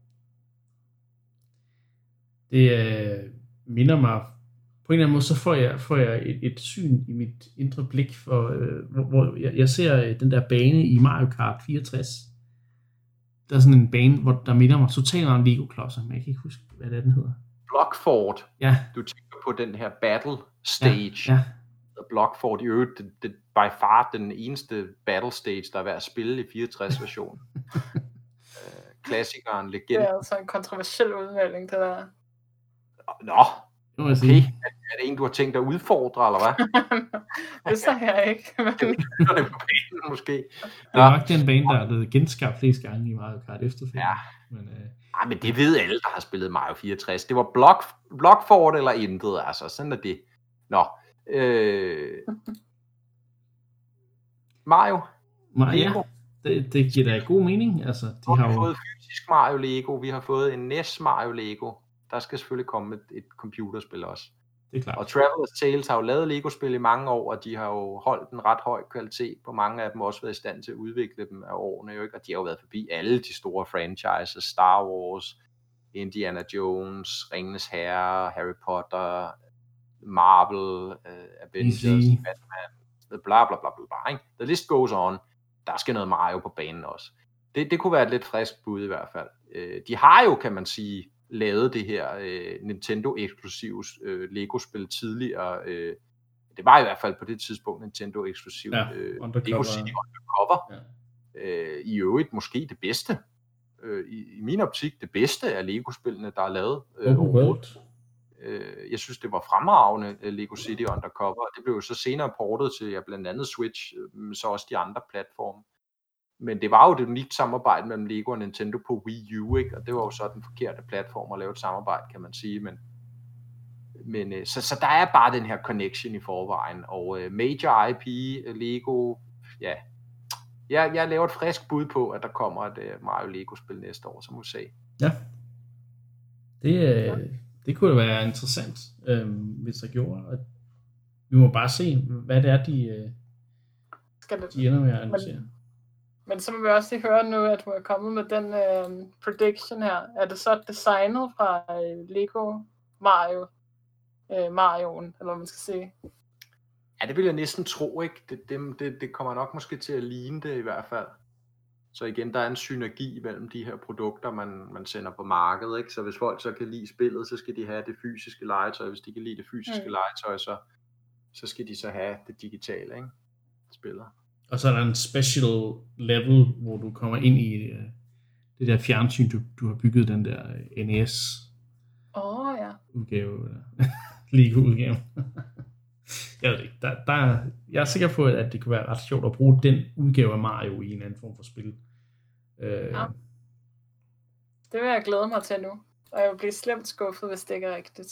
Speaker 1: Det minder mig på en eller anden måde, så får jeg et syn i mit indre blik, for, hvor jeg ser den der bane i Mario Kart 64. Der er sådan en bane, hvor der minder mig totalt om Lego-klodser, men jeg kan ikke huske, hvad det er, den hedder.
Speaker 3: Blockfort.
Speaker 1: Ja.
Speaker 3: Du tænker på den her battle stage.
Speaker 1: Ja.
Speaker 3: Blockfort i øvrigt, det by far den eneste battle stage, der er værd at spille i 64-versionen. Klassikeren, legenden.
Speaker 2: Det er altså en kontroversiel udmelding, det der.
Speaker 3: Nå, okay. Er det en, du har tænkt at udfordre, eller hvad?
Speaker 2: Det sagde jeg ikke. Men...
Speaker 3: Det er på banen, måske.
Speaker 1: Det er nok den bane, der er blevet genskabt flest gange i Mario Kart efterfølgende.
Speaker 3: Ja. Men det ved alle, der har spillet Mario 64. Det var Blockfort eller intet, altså. Sådan er det. Nå. Mario.
Speaker 1: Ja. Det giver da god mening. Altså,
Speaker 3: vi har fået fysisk Mario Lego, vi har fået en NES Mario Lego. Der skal selvfølgelig komme et computerspil også.
Speaker 1: Det er klart.
Speaker 3: Og Traveler's Tales har jo lavet Lego-spil i mange år, og de har jo holdt en ret høj kvalitet på mange af dem, også været i stand til at udvikle dem af årene, jo ikke? Og de har jo været forbi alle de store franchises, Star Wars, Indiana Jones, Ringenes Herre, Harry Potter, Marvel, Avengers, Batman, bla bla bla bla, ikke? The list goes on. Der skal noget Mario på banen også. Det kunne være et lidt frisk bud i hvert fald. De har jo, kan man sige, lavet det her Nintendo-eksklusive Lego-spil tidligere. Det var i hvert fald på det tidspunkt Nintendo-eksklusiv Lego City Undercover. Ja. I øvrigt måske det bedste. I min optik det bedste af Lego-spillene, der er lavet overhovedet. Jeg synes, det var fremragende Lego City Undercover. Det blev jo så senere portet til blandt andet Switch, så også de andre platforme. Men det var jo et unikt samarbejde mellem Lego og Nintendo på Wii U, ikke? Og det var jo så den forkerte platform at lave et samarbejde, kan man sige. Men så der er bare den her connection i forvejen. Og Major IP, Lego, ja. Jeg laver et frisk bud på, at der kommer et Mario Lego-spil næste år, som USA.
Speaker 1: Ja. Det kunne da være interessant, hvis der gjorde. Og vi må bare se, hvad det er, de ender med at annoncere.
Speaker 2: Men så må vi også lige høre nu, at du er kommet med den prediction her. Er det så designet fra Lego Mario'en, eller hvad man skal sige?
Speaker 3: Ja, det vil jeg næsten tro, ikke? Det kommer nok måske til at ligne det i hvert fald. Så igen, der er en synergi mellem de her produkter, man sender på markedet, ikke? Så hvis folk så kan lide spillet, så skal de have det fysiske legetøj. Hvis de kan lide det fysiske legetøj, så skal de så have det digitale, ikke? Spillet.
Speaker 1: Og så er der en special level, hvor du kommer ind i det der fjernsyn, du har bygget, den der NES udgave, Lego-udgave. Jeg ved ikke, jeg er sikker på, at det kunne være ret sjovt at bruge den udgave af Mario i en anden form for spil.
Speaker 2: Ja. Det vil jeg glæde mig til nu. Og jeg vil blive slemt skuffet, hvis det ikke er rigtigt.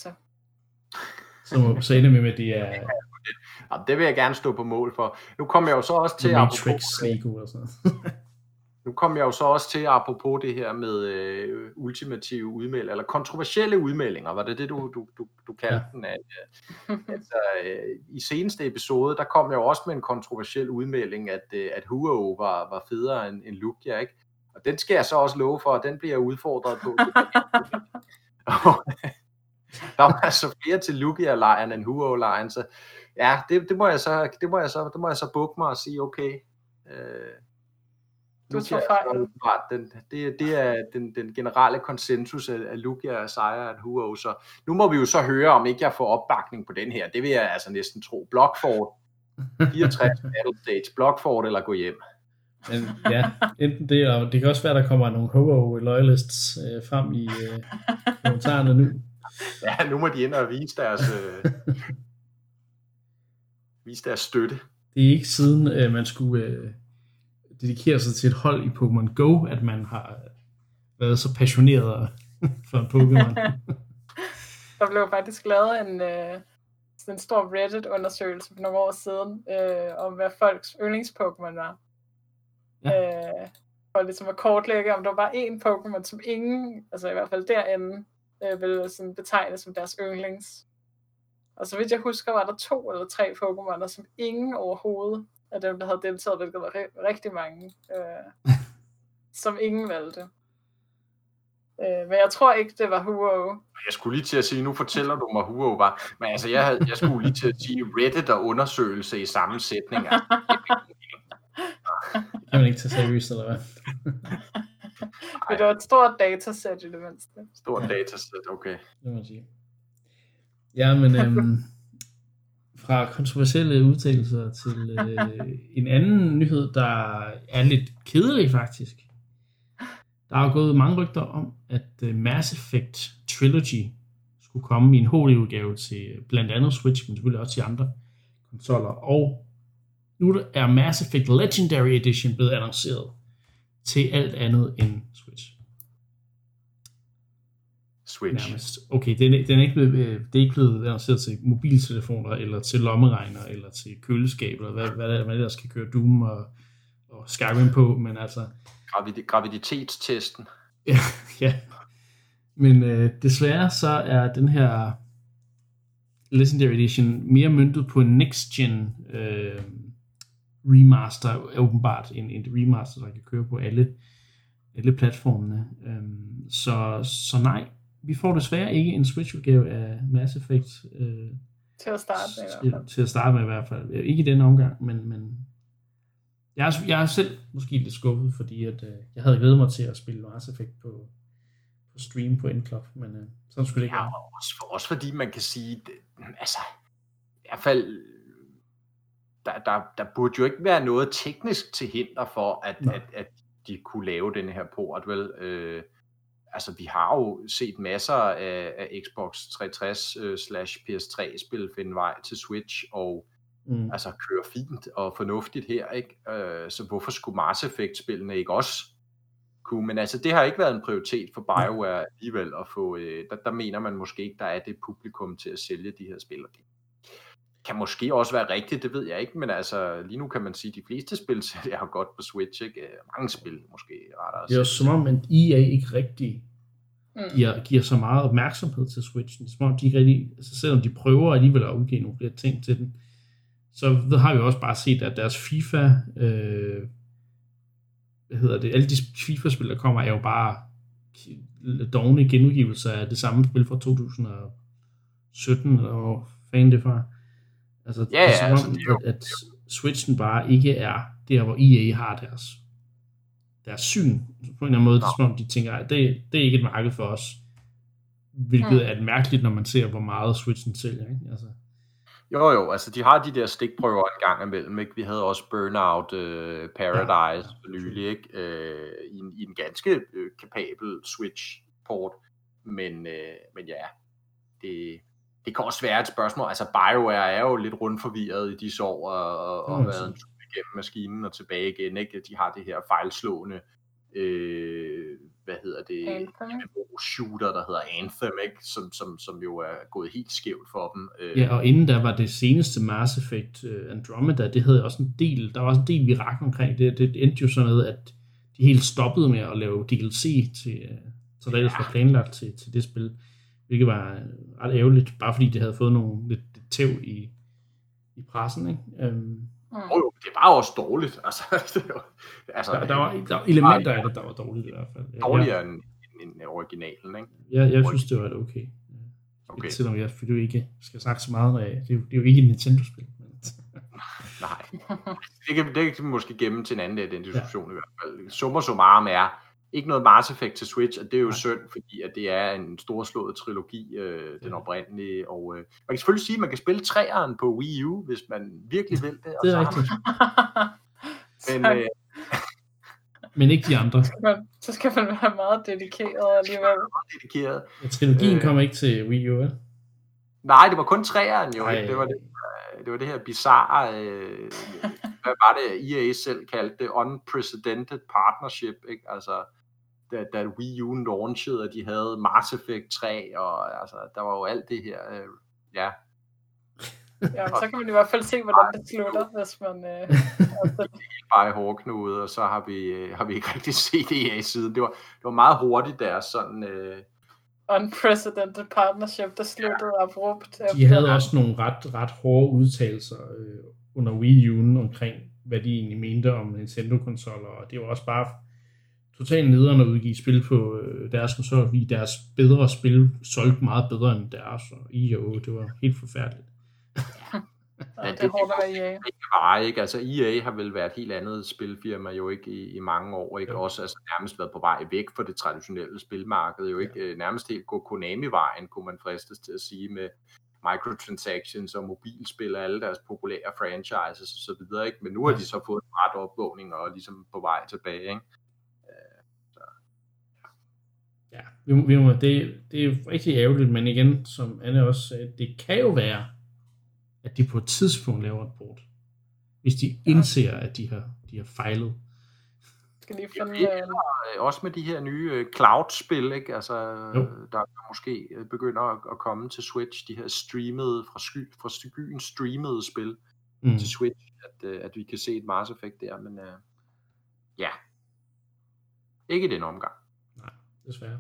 Speaker 1: Så ender med, at det er...
Speaker 3: Ja, det vil jeg gerne stå på mål for. Nu kommer jeg jo så også til...
Speaker 1: Lego og sådan
Speaker 3: Nu kom jeg jo så også til, apropos det her med ultimative udmeldinger, eller kontroversielle udmeldinger, var det du kaldte den? Altså, i seneste episode, der kom jeg jo også med en kontroversiel udmelding, at Huo var federe end Lugia, ikke? Og den skal jeg så også love for, at den bliver jeg udfordret på. Der var altså flere til Lugia-lejren end Huo-lejren, så ja, det må jeg så bukke mig og sige, okay. Lugia det er den generelle konsensus af Lugia sejrer af Huo, så nu må vi jo så høre, om ikke jeg får opbakning på den her. Det vil jeg altså næsten tro. Blockfort, 64 Battle Stage, Blockfort eller gå hjem.
Speaker 1: Men, ja, enten det, og det kan også være, der kommer nogle Huo loyalists frem i kommentarerne nu.
Speaker 3: Ja, nu må de ind og vise deres støtte.
Speaker 1: Det er ikke siden, man skulle dedikere sig til et hold i Pokémon Go, at man har været så passioneret for en Pokémon.
Speaker 2: Der blev faktisk lavet en stor Reddit-undersøgelse for nogle år siden, om hvad folks yndlings-Pokémon var. Ja. For ligesom at kortlægge, om der var én Pokémon, som ingen, altså i hvert fald derinde, ville sådan betegne som deres yndlings. Og så vidt jeg husker, var der 2 eller 3 Pokémoner, som ingen overhovedet af dem, der havde deltaget, hvilket var rigtig mange, som ingen valgte. Men jeg tror ikke, det var Huo.
Speaker 3: Jeg skulle lige til at sige, nu fortæller du mig, Huo var. Men altså, jeg skulle lige til at sige Reddit og undersøgelse i samme sætning.
Speaker 1: Det kan man ikke tage seriøst, eller hvad?
Speaker 2: Men det var et stort datasæt i det mindste.
Speaker 3: Stort datasæt, okay.
Speaker 1: Det må man sige. Ja, men fra kontroversielle udtalelser til en anden nyhed, der er lidt kedelig faktisk. Der er gået mange rygter om, at Mass Effect Trilogy skulle komme i en HD-udgave til blandt andet Switch, men selvfølgelig også til andre konsoller. Og nu er Mass Effect Legendary Edition blevet annonceret til alt andet end Switch. Nærmest. Okay, det er ikke blevet annonceret til mobiltelefoner, eller til lommeregner, eller til køleskab, eller hvad det er, man ellers kan køre Doom og Skyrim på, men altså...
Speaker 3: Graviditetstesten.
Speaker 1: Ja. Men desværre så er den her Legendary Edition mere møntet på en next-gen remaster, åbenbart en remaster, der kan køre på alle platformene. Så nej, vi får desværre ikke en Switch-udgave af Mass Effect
Speaker 2: Til at starte med i hvert fald.
Speaker 1: Til at starte med i hvert fald. Ikke i denne omgang, men jeg er selv måske lidt skuffet, fordi at, jeg havde glædet mig til at spille Mass Effect på stream på Endclub, men sådan skulle det ikke være.
Speaker 3: Også fordi man kan sige, altså i hvert fald der burde jo ikke være noget teknisk til hinder for, at de kunne lave den her port, vel? Altså, vi har jo set masser af Xbox 360/PS3-spil finde vej til Switch, og altså kører fint og fornuftigt her, ikke? Så hvorfor skulle Mass Effect-spillene ikke også kunne? Men altså, det har ikke været en prioritet for BioWare alligevel at få, der mener man måske ikke, der er det publikum til at sælge de her spil. Det kan måske også være rigtigt, det ved jeg ikke, men altså, lige nu kan man sige, at de fleste spil sælger har godt på Switch, ikke? Mange spil måske rettere.
Speaker 1: Det er jo som om, at EA ikke rigtig giver så meget opmærksomhed til Switch. Som om de ikke rigtig, altså selvom de prøver alligevel at udgive nogle flere ting til den, så har vi også bare set, at deres FIFA, alle de FIFA-spil, der kommer, er jo bare dovne genudgivelser af det samme spil fra 2017, eller hvor fanden det fra. Altså, det er som om, at Switchen bare ikke er der, hvor EA har deres syn. På en eller anden måde, det er som om, de tænker, at det er ikke et marked for os. Hvilket er mærkeligt, når man ser, hvor meget Switchen sælger, ikke? Altså.
Speaker 3: Jo, altså de har de der stikprøver en gang imellem, ikke? Vi havde også Burnout Paradise for nylig, ikke? I en ganske kapabel Switch-port. Men ja, det kan også være et spørgsmål. Altså BioWare er jo lidt rundforvirret i disse år, og har været en tur igennem maskinen og tilbage igen, ikke? De har det her fejlslående shooter, der hedder Anthem, ikke? Som jo er gået helt skævt for dem.
Speaker 1: Ja, og inden der var det seneste Mass Effect Andromeda, det havde også en del, der var også en del virak omkring det. Det endte jo sådan noget, at de helt stoppede med at lave DLC så det ellers var planlagt til det spil, hvilket var ret ærgerligt, bare fordi det havde fået nogle lidt tæv i pressen, ikke?
Speaker 3: Det var også dårligt. Altså,
Speaker 1: der var elementer af det, der var dårligt i hvert fald.
Speaker 3: Dårligere end originalen, ikke?
Speaker 1: Jeg synes, det var okay. Selvom jeg ikke skal snakke så meget af. Det er jo ikke et Nintendo-spil.
Speaker 3: Nej. Det kan vi måske gemme til en anden af den diskussion i hvert fald. Summa summarum er ikke noget Mass Effect til Switch, og det er jo synd, fordi at det er en storslået trilogi, den oprindelige, og man kan selvfølgelig sige, at man kan spille 3'eren på Wii U, hvis man virkelig vil det.
Speaker 1: Det er rigtigt. Men ikke de andre.
Speaker 2: Så skal man være meget dedikeret alligevel.
Speaker 1: Ja, trilogien kommer ikke til Wii U, vel?
Speaker 3: Nej, det var kun 3'eren jo. Det var det her bizarre, hvad var det, EA selv kaldte det, unprecedented partnership, ikke? Altså, da Wii U launchede, og de havde Mass Effect 3, og altså, der var jo alt det her,
Speaker 2: Ja, så kan man i hvert fald se, hvordan det slutter, hvis man...
Speaker 3: bare i hårdknude, og så har vi ikke rigtig set EA siden. Det var meget hurtigt deres sådan...
Speaker 2: unprecedented partnership, der sluttede abrupt.
Speaker 1: De havde også nogle ret hårde udtalelser under Wii U'en omkring, hvad de egentlig mente om Nintendo-konsoller, og det var også bare totalt nederen at udgive spil på deres konsoller, fordi deres bedre spil solgte meget bedre end deres, og det var helt forfærdeligt.
Speaker 2: Ja, det hårdt at
Speaker 3: EA. Ikke? Altså EA har vel været et helt andet spilfirma jo ikke i mange år, ikke? Også altså, nærmest været på vej væk fra det traditionelle spilmarked, jo ikke nærmest helt gå Konami-vejen, kunne man fristes til at sige, med microtransactions og mobilspil og alle deres populære franchises og så videre, ikke? Men nu har de så fået en ret opvågning og ligesom på vej tilbage, ikke?
Speaker 1: Ja, det er rigtig ærgerligt, men igen, som Anne også sagde, det kan jo være, at de på et tidspunkt laver et port, hvis de indser, at de har fejlet.
Speaker 2: Skal lige finde...
Speaker 3: også med de her nye cloud-spil, ikke? Altså, der måske begynder at komme til Switch, de her streamede, fra skyen streamede spil til Switch, at vi kan se et Mass Effect der, men ja, ikke i den omgang.
Speaker 1: Nej, desværre.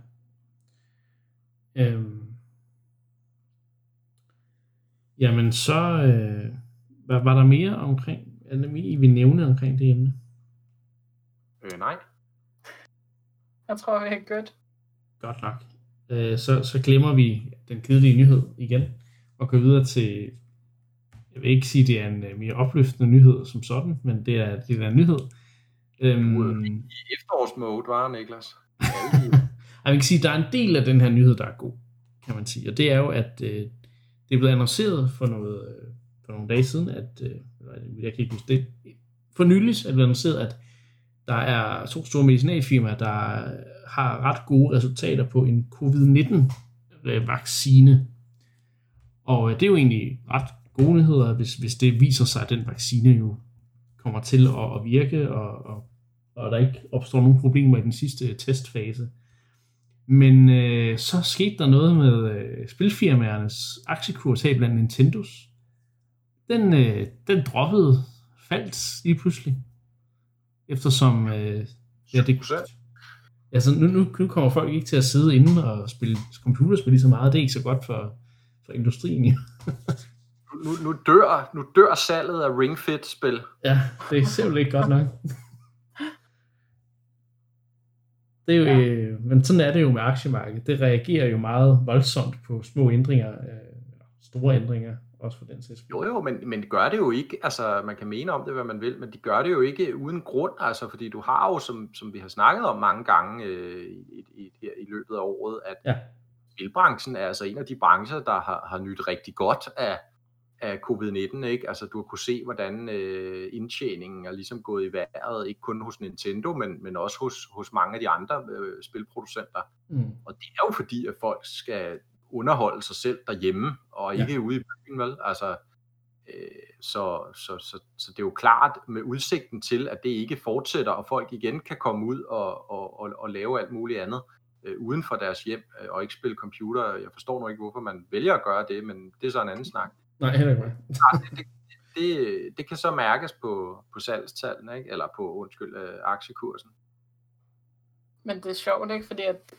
Speaker 1: Jamen så, var der mere omkring, I vil nævne omkring det emne?
Speaker 3: Nej.
Speaker 2: Jeg tror, vi er godt.
Speaker 1: Godt nok. Så glemmer vi den kedelige nyhed igen, og går videre til Jeg vil ikke sige, at det er en mere opløftende nyhed som sådan, men det er en nyhed.
Speaker 3: I efterårsmode, var Niklas?
Speaker 1: Jeg vil sige, at der er en del af den her nyhed, der er god, kan man sige. Og det er jo, at det er blevet annonceret for nogle dage siden, at jeg kan ikke huske det. For nylig er det blevet annonceret, at der er 2 store medicinalfirmaer, der har ret gode resultater på en covid-19-vaccine. Og det er jo egentlig ret gode nyheder, hvis det viser sig, at den vaccine jo kommer til at virke, og der ikke opstår nogen problemer i den sidste testfase. Men så skete der noget med spilfirmaernes aktiekurs her blandt Nintendos. Den faldt lige pludselig. Eftersom nu kommer folk ikke til at sidde inde og spille computerspil lige så meget. Det er ikke så godt for industrien. Ja.
Speaker 3: nu dør salget af Ring Fit-spil.
Speaker 1: Ja, det er simpelthen ikke godt nok. Det er jo, men sådan er det jo med aktiemarkedet. Det reagerer jo meget voldsomt på små ændringer, store ændringer, også for den sags.
Speaker 3: Jo, men det gør det jo ikke. Altså, man kan mene om det, hvad man vil, men de gør det jo ikke uden grund. Altså, fordi du har jo, som vi har snakket om mange gange her i løbet af året, at spilbranchen er altså en af de brancher, der har nydt rigtig godt af covid-19, ikke? Altså, du har kunne se, hvordan indtjeningen er ligesom gået i vejret, ikke kun hos Nintendo, men også hos mange af de andre spilproducenter. Og det er jo fordi, at folk skal underholde sig selv derhjemme, og ikke ude i byen, vel? Altså, så det er jo klart med udsigten til, at det ikke fortsætter, og folk igen kan komme ud og lave alt muligt andet uden for deres hjem, og ikke spille computer. Jeg forstår nu ikke, hvorfor man vælger at gøre det, men det er så en anden snak.
Speaker 1: Nej, heller
Speaker 3: ikke. Det kan så mærkes på salgstallene, ikke? Eller på, aktiekursen.
Speaker 2: Men det er sjovt, ikke? Fordi at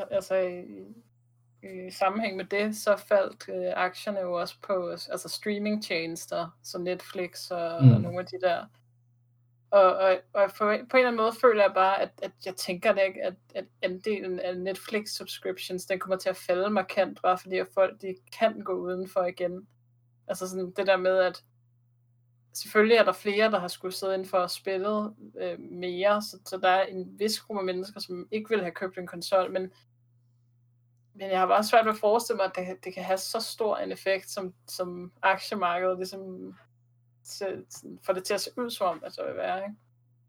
Speaker 2: i sammenhæng med det, så faldt aktierne jo også på streamingtjenester, så Netflix og nogle af de der. Og på en eller anden måde føler jeg bare, at jeg tænker det ikke, at andelen af Netflix subscriptions, den kommer til at falde markant, bare fordi at folk de kan gå udenfor igen. Altså sådan det der med, at selvfølgelig er der flere, der har skulle sidde inden for at spille mere, så der er en vis gruppe mennesker, som ikke vil have købt en konsol, men jeg har bare svært ved at forestille mig, at det kan have så stor en effekt, som aktiemarkedet ligesom får det til at se ud som om, at det vil være, ikke?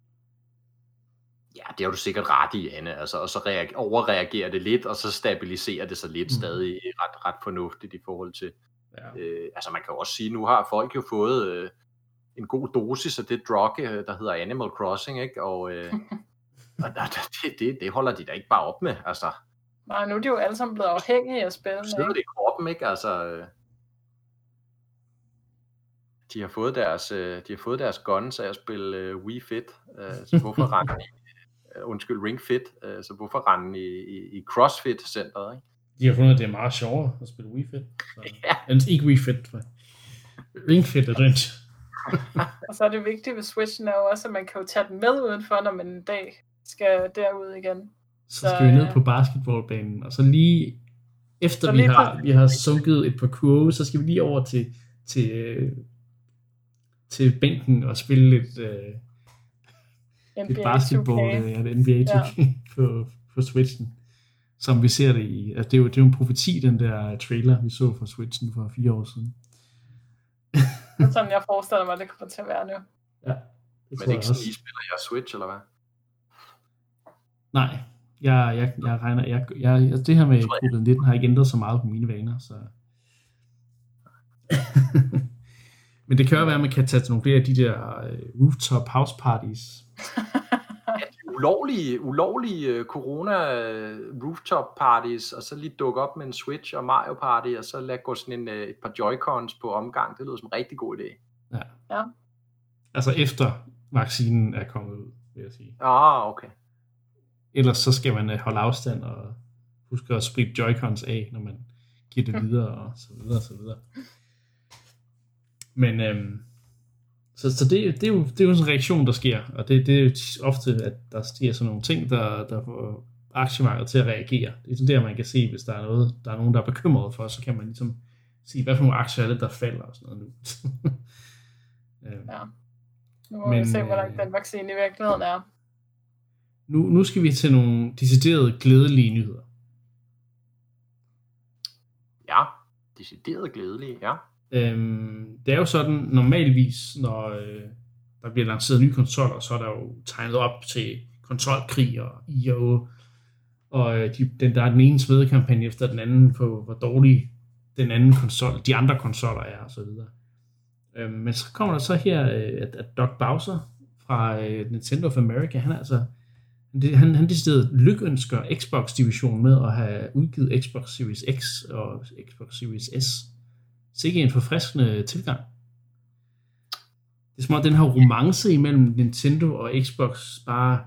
Speaker 3: Ja, det har du sikkert ret i, Anne. Altså, og så overreagerer det lidt, og så stabiliserer det sig lidt stadig ret fornuftigt i forhold til. Ja. Altså man kan også sige, nu har folk jo fået en god dosis af det drug, der hedder Animal Crossing, ikke? Og det holder de da ikke bare op med, altså.
Speaker 2: Nej, nu er de jo alle sammen blevet afhængige af spillene.
Speaker 3: Så sidder det i kroppen, ikke? Altså, de har fået deres guns af at spille Wii Fit, så hvorfor rende Ring Fit, så hvorfor rende i CrossFit-centret, ikke?
Speaker 1: De har fundet, at det er meget sjovere at spille Wii Fit. Ikke Wii Fit, Ring Fit er rent.
Speaker 2: Og så er det vigtigt ved Switchen er jo også, at man kan jo tage den med udenfor, når man en dag skal derud igen.
Speaker 1: Så skal vi ned på basketballbanen, og så lige efter vi har sunket et par kurve, så skal vi lige over til bænken og spille lidt basketball, NBA 2K på Switchen, som vi ser det i. Altså, det er jo en profeti, den der trailer, vi så fra Switchen for 4 år siden.
Speaker 2: Det er sådan, jeg forestiller mig, det kommer til at være nu.
Speaker 1: Ja,
Speaker 3: men det er ikke sådan, I spiller jeres Switch, eller hvad?
Speaker 1: Nej, jeg regner, det her med COVID-19 har ikke ændret så meget på mine vaner, så. Men det kan jo være, at man kan tage til nogle flere af de der rooftop house parties.
Speaker 3: ulovlige corona rooftop parties, og så lige dukke op med en Switch og Mario Party, og så lade gå sådan et par Joy-Cons på omgang. Det lyder som en rigtig god idé.
Speaker 2: Ja.
Speaker 1: Altså efter vaccinen er kommet ud, vil jeg sige.
Speaker 3: Okay.
Speaker 1: Ellers så skal man holde afstand og huske at spritte Joy-Cons af, når man giver det videre, og så videre, og så videre. Men så det er jo sådan en reaktion, der sker, og det er jo ofte, at der sker sådan nogle ting, der får aktiemarkedet til at reagere. Det er sådan der, man kan se, hvis der er nogen, der er bekymret for, så kan man ligesom sige, hvad for nogle aktier er det, der falder og sådan noget nu.
Speaker 2: Ja. Nu må vi se, hvordan den vaccine i virkeligheden er.
Speaker 1: Nu skal vi til nogle deciderede glædelige nyheder.
Speaker 3: Ja, decideret glædelige, ja.
Speaker 1: Det er jo sådan, normalvis, når der bliver lanceret nye konsoller, så er der jo tegnet op til konsolkrig og I/O, og der er den ene smedekampagne efter den anden på, hvor dårlig den anden konsol, de andre konsoller er, og så videre. Men så kommer der så her, at Doug Bowser fra Nintendo of America, han decideret lykønsker Xbox-divisionen med at have udgivet Xbox Series X og Xbox Series S. Sikke en forfriskende tilgang. Det er som om, den her romance imellem Nintendo og Xbox bare,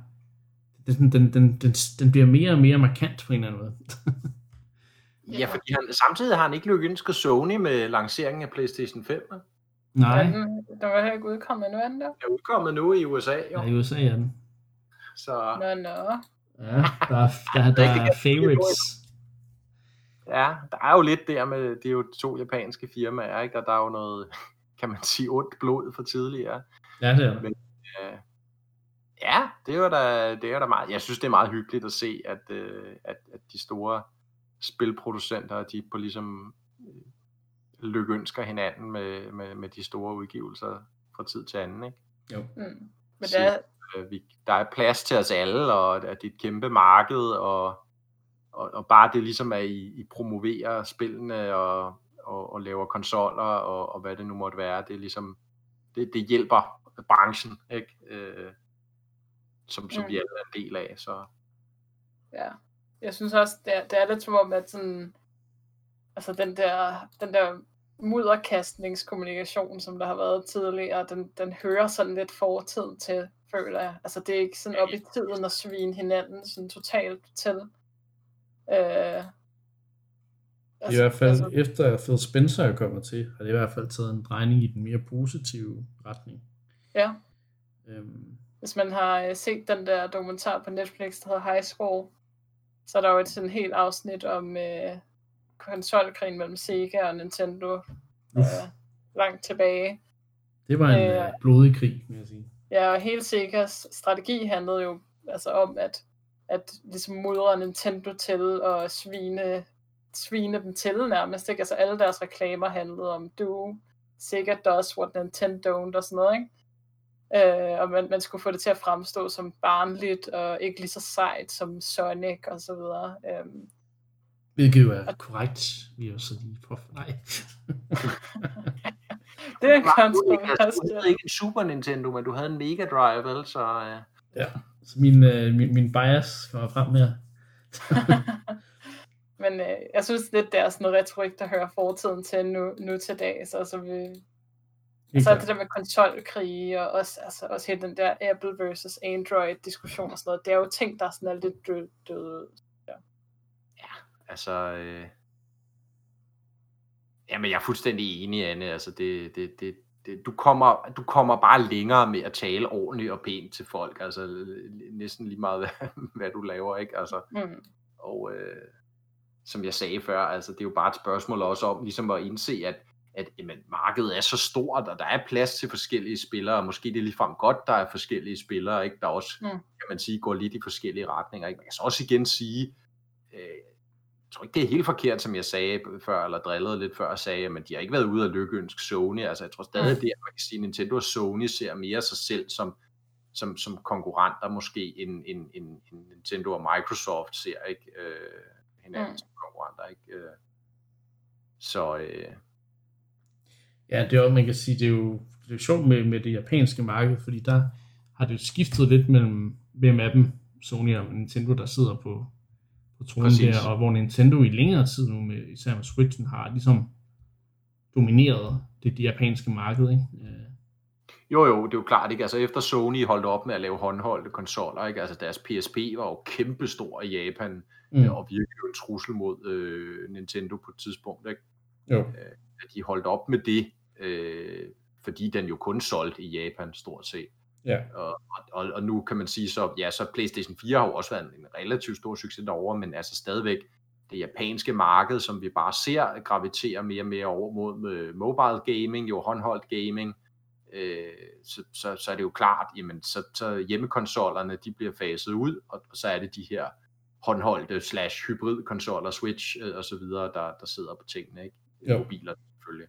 Speaker 1: den bliver mere og mere markant på en eller anden måde.
Speaker 3: Ja, fordi samtidig har han ikke lykønsket Sony med lanceringen af PlayStation 5.
Speaker 1: Nej.
Speaker 2: Der var her ikke udkommet endnu andet.
Speaker 3: Den er udkommet nu i USA, jo.
Speaker 1: Ja, i USA er den.
Speaker 3: Så...
Speaker 2: Nå.
Speaker 1: Ja, der er favorites.
Speaker 3: Ja, der er jo lidt der med, det er jo 2 japanske firmaer, ikke? Og der er jo noget, kan man sige, ondt blod for tidligere.
Speaker 1: Ja, det er det.
Speaker 3: Men, ja, det er da meget. Jeg synes, det er meget hyggeligt at se, at de store spilproducenter, de på ligesom lykønsker hinanden med de store udgivelser fra tid til anden, ikke?
Speaker 1: Jo.
Speaker 2: Men
Speaker 3: det er... der er plads til os alle, og at det er et kæmpe marked, og bare det ligesom at I promoverer spillene og laver konsoller og hvad det nu måtte være, det er ligesom det hjælper branchen, ikke? Som vi alle er en del af, så
Speaker 2: ja. Jeg synes også det er lidt som om at sådan, altså den der mudderkastningskommunikation, som der har været tidligere, den hører sådan lidt fortiden til, føler jeg. Altså det er ikke sådan op i tiden at svine hinanden sådan totalt til.
Speaker 1: I hvert fald efter Phil Spencer er kommet til, har det i hvert fald taget en drejning i den mere positive retning.
Speaker 2: Ja. Hvis man har set den der dokumentar på Netflix, der hedder High School, så er der jo et sådan helt afsnit om konsolkrigen mellem Sega og Nintendo langt tilbage.
Speaker 1: Det var en blodig krig, vil jeg sige.
Speaker 2: Ja, og hele Segas strategi handlede jo altså om at ligesom mudre Nintendo til og svine dem til nærmest, ikke? Altså alle deres reklamer handlede om Sega does what Nintendo don't og sådan noget, ikke? Og man skulle få det til at fremstå som barnligt og ikke lige så sejt som Sonic og så videre.
Speaker 1: Hvilket jo er korrekt. Vi er jo så lige på... Nej.
Speaker 2: Det er en kontrovers.
Speaker 3: Du havde ikke en Super Nintendo, men du havde en Mega Drive, vel? Så...
Speaker 1: Ja, så min bias kommer frem her.
Speaker 2: Men jeg synes lidt, det er sådan noget retorik, der hører fortiden til nu til dag. Så så det der med konsolkrige, og også hele den der Apple versus Android diskussion og sådan noget, det er jo ting, der sådan er lidt døde.
Speaker 3: Ja, altså... Jamen, jeg er fuldstændig enig, Anne. Altså, du kommer bare længere med at tale ordentligt og pænt til folk. Altså, næsten lige meget, hvad du laver, ikke? Altså, og som jeg sagde før, altså, det er jo bare et spørgsmål også om ligesom at indse, at jamen, markedet er så stort, og der er plads til forskellige spillere, og måske det er ligefrem godt, der er forskellige spillere, ikke? Der også, kan man sige, går lidt i forskellige retninger, ikke? Man kan så også igen sige, jeg tror ikke, det er helt forkert, som jeg sagde før, eller drillede lidt før, og sagde, men de har ikke været ude at lykønske Sony. Altså, jeg tror stadig, det er, man kan sige, Nintendo og Sony ser mere sig selv som konkurrenter, måske, end Nintendo og Microsoft ser, ikke? Hinanden som konkurrenter, ikke? Så...
Speaker 1: Ja, det er jo, man kan sige, det er jo sjovt med det japanske marked, fordi der har det jo skiftet lidt mellem af dem, Sony og Nintendo, der sidder på tronen der, og hvor Nintendo i længere tid nu, især med Switchen, har ligesom domineret det japanske marked, ikke?
Speaker 3: Jo, det er jo klart, ikke? Altså efter Sony holdt op med at lave håndholdte konsoller, ikke? Altså deres PSP var jo kæmpestor i Japan, og virkelig en trussel mod Nintendo på et tidspunkt, ikke?
Speaker 1: Jo.
Speaker 3: At de holdt op med det, fordi den jo kun solgte i Japan stort set.
Speaker 1: Ja.
Speaker 3: Og nu kan man sige så, ja, så PlayStation 4 har jo også været en relativt stor succes derovre, men altså stadigvæk, det japanske marked, som vi bare ser gravitere mere og mere over mod mobile gaming, jo håndholdt gaming, så er det jo klart, jamen, så hjemmekonsollerne, de bliver faset ud, og så er det de her håndholdte / hybridkonsoller, Switch og så videre, der sidder på tingene, ikke? Mobiler selvfølgelig.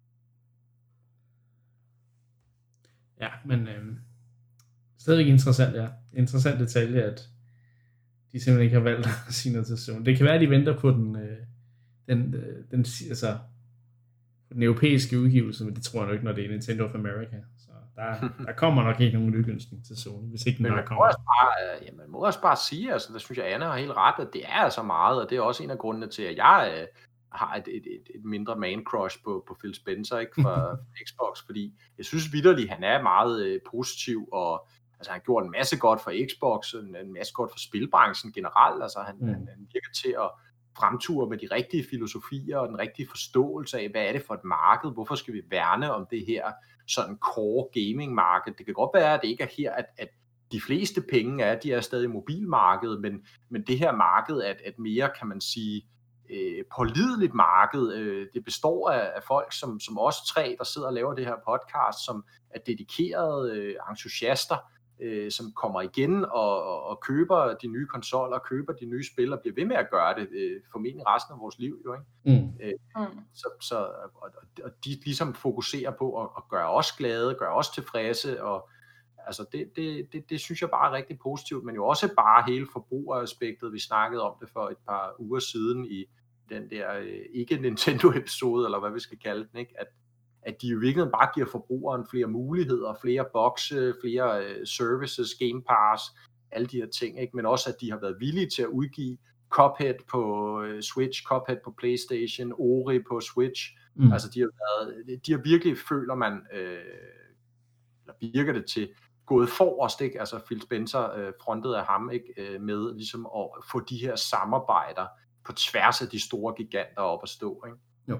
Speaker 1: Ja, men stadig interessant, ja. Interessant detalje, at de simpelthen ikke har valgt at sige noget til Sony. Det kan være, at de venter på den europæiske udgivelse, men det tror jeg nok ikke, når det er Nintendo of America. Så der kommer nok ikke nogen lykønskning til Sony, hvis ikke den bare kommer.
Speaker 3: Man må også bare sige, altså, der synes jeg, Anna har helt ret, at det er altså meget, og det er også en af grundene til, at jeg har et mindre man-crush på Phil Spencer, ikke, fra Xbox, fordi jeg synes vitterligt, han er meget positiv, og altså, han har gjort en masse godt for Xbox, en masse godt for spilbranchen generelt, altså han virker til at fremture med de rigtige filosofier og den rigtige forståelse af, hvad er det for et marked, hvorfor skal vi værne om det her sådan core gaming-marked. Det kan godt være, at det ikke er her, at de fleste penge er, de er stadig i mobilmarkedet, men det her marked er et mere, kan man sige, pålideligt marked. Det består af folk som os tre, der sidder og laver det her podcast, som er dedikerede entusiaster, som kommer igen og køber de nye konsoller, køber de nye spil og bliver ved med at gøre det formentlig resten af vores liv, jo, ikke? Og de ligesom fokuserer på at gøre os glade, gøre os tilfredse, og altså det synes jeg bare er rigtig positivt, men jo også bare hele forbrugeraspektet. Vi snakkede om det for et par uger siden i den der ikke Nintendo-episode, eller hvad vi skal kalde den, ikke? At de i virkeligheden bare giver forbrugeren flere muligheder, flere bokse, flere services, Game Pass, alle de her ting, ikke? Men også, at de har været villige til at udgive Cuphead på Switch, Cuphead på PlayStation, Ori på Switch. Altså, de har virkelig, føler man, eller virker det til, gået forrest, ikke? Altså, Phil Spencer frontede af ham, ikke? Med ligesom at få de her samarbejder på tværs af de store giganter op at stå, ikke?
Speaker 1: Jo.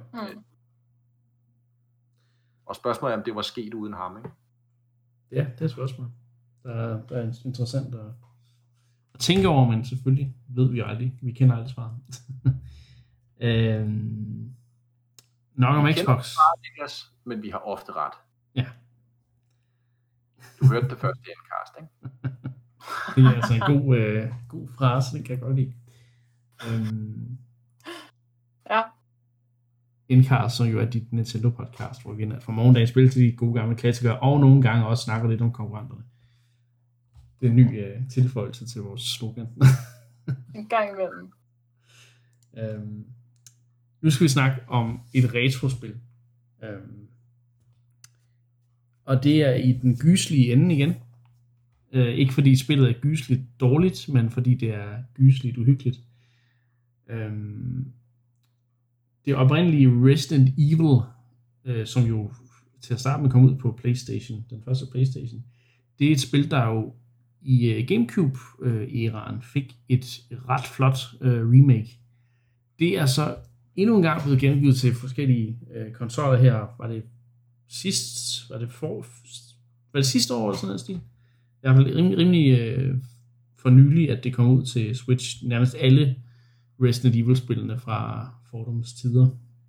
Speaker 3: Og spørgsmålet er, om det var sket uden ham, ikke?
Speaker 1: Ja, det er et spørgsmål. Der er interessant at tænke over, men selvfølgelig ved vi aldrig. Vi kender aldrig svaret. Nok om Xbox.
Speaker 3: Niklas, men vi har ofte ret.
Speaker 1: Ja.
Speaker 3: Du hørte det første endcast, ikke?
Speaker 1: Det er altså en god frase, den kan jeg godt lide.
Speaker 2: Ja.
Speaker 1: Endcast, som jo er dit Nintendo-podcast, hvor vi fra morgendagens spil til de gode gamle klassikere, og nogle gange også snakker lidt om konkurrenterne. Det er en ny tilføjelse til vores slogan.
Speaker 2: En gang imellem.
Speaker 1: Nu skal vi snakke om et retrospil. Og det er i den gyselige ende igen. Ikke fordi spillet er gyseligt dårligt, men fordi det er gyseligt uhyggeligt. Det oprindelige Resident Evil, som jo til at starte med kom ud på PlayStation, den første PlayStation, det er et spil, der jo i GameCube-æraen fik et ret flot remake. Det er så endnu en gang blevet gengivet til forskellige konsoller her. Var det sidste år eller sådan noget stil? I hvert fald rimelig for nylig, at det kom ud til Switch. Nærmest alle Resident Evil-spillene fra fordoms tider.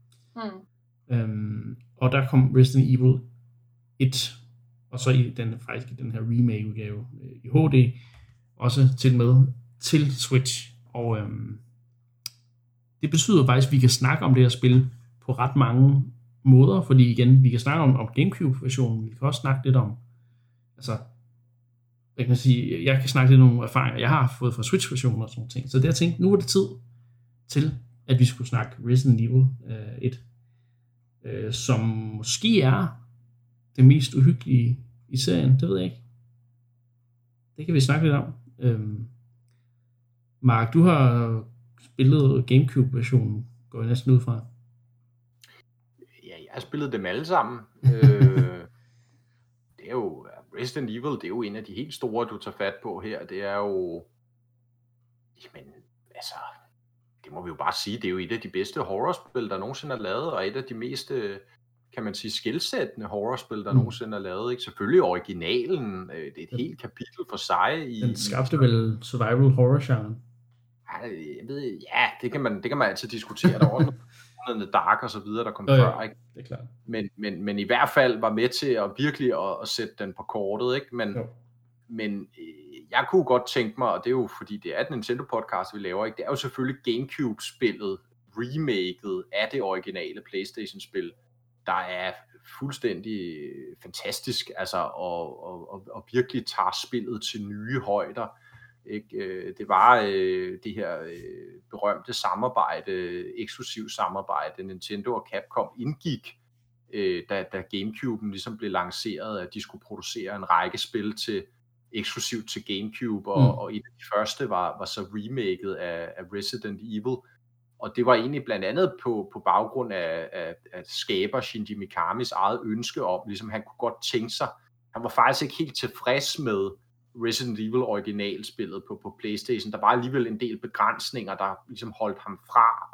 Speaker 1: Og der kom Resident Evil 1, og så i den her remake-udgave i HD, også til med til Switch. Og det betyder faktisk, at vi kan snakke om det her spil på ret mange måder, fordi igen, vi kan snakke om GameCube-versionen, vi kan også snakke lidt om, altså, jeg kan snakke lidt om nogle erfaringer, jeg har fået fra Switch-versionen og sådan ting. Så det jeg tænkte, nu er det tid til, at vi skulle snakke Resident Evil 1, som måske er det mest uhyggelige i serien, det ved jeg ikke. Det kan vi snakke lidt om. Mark, du har spillet GameCube-versionen, går jeg næsten ud fra.
Speaker 3: Ja, jeg har spillet dem alle sammen. Det er jo Resident Evil, det er jo en af de helt store, du tager fat på her. Det er jo, jamen, altså, det må vi jo bare sige, det er jo et af de bedste horrorspil, der nogensinde er lavet, og et af de mest, kan man sige, skelsættende horrorspil, der nogensinde er lavet. Ikke? Selvfølgelig originalen, det er et helt kapitel for sig.
Speaker 1: Den skabte vel survival horror-genren?
Speaker 3: Jeg ved, ja, det kan man altid diskutere. Der var også noget Dark og så videre, der kom før, ikke?
Speaker 1: Det er klart.
Speaker 3: Men i hvert fald var med til at virkelig at sætte den på kortet, ikke? Men jeg kunne godt tænke mig, og det er jo fordi det er et Nintendo podcast, vi laver, ikke? Det er jo selvfølgelig GameCube-spillet, remaket af det originale PlayStation-spil, der er fuldstændig fantastisk, altså, og virkelig tager spillet til nye højder. Ikke? Det var det her berømte samarbejde, eksklusivt samarbejde, Nintendo og Capcom indgik, da GameCube'en ligesom blev lanceret, at de skulle producere en række spil eksklusivt til GameCube, og et af de første var så remaket af Resident Evil, og det var egentlig blandt andet på baggrund af skaber Shinji Mikamis eget ønske om, ligesom han kunne godt tænke sig, han var faktisk ikke helt tilfreds med Resident Evil originalspillet på PlayStation. Der var alligevel en del begrænsninger, der ligesom holdt ham fra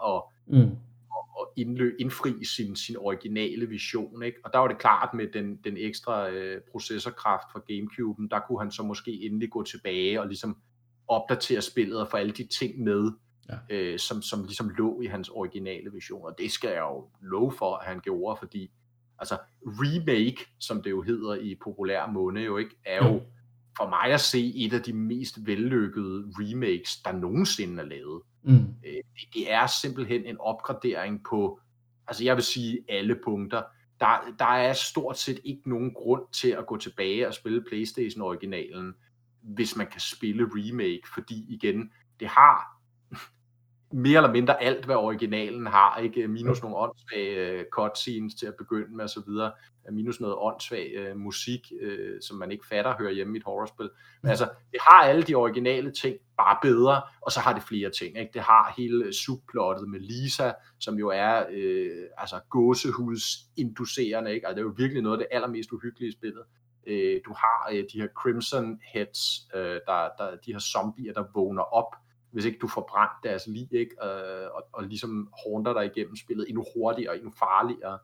Speaker 3: og indfri sin originale vision, ikke? Og der var det klart med den ekstra processorkraft fra GameCube'en, der kunne han så måske endelig gå tilbage og ligesom opdatere spillet og få alle de ting med, som ligesom lå i hans originale vision. Og det skal jeg jo love for, at han gjorde, fordi altså remake, som det jo hedder i populær munde, jo ikke, er jo for mig at se et af de mest vellykkede remakes, der nogensinde er lavet. Det er simpelthen en opgradering på, altså jeg vil sige alle punkter. Der er stort set ikke nogen grund til at gå tilbage og spille PlayStation-originalen, hvis man kan spille remake, fordi igen, det har mere eller mindre alt, hvad originalen har, ikke? Minus nogle åndssvage cutscenes til at begynde med og så videre, minus noget åndssvag musik, som man ikke fatter hører hjemme i et horrorspil. Men altså, det har alle de originale ting, bare bedre, og så har det flere ting, ikke? Det har hele subplottet med Lisa, som jo er altså gåsehudsinducerende, ikke? Altså, det er jo virkelig noget af det allermest uhyggelige i spillet. Du har de her Crimson Heads, de her zombier, der vågner op, hvis ikke du får brændt deres lig, ikke? Og ligesom haunter dig igennem spillet endnu hurtigere, endnu farligere.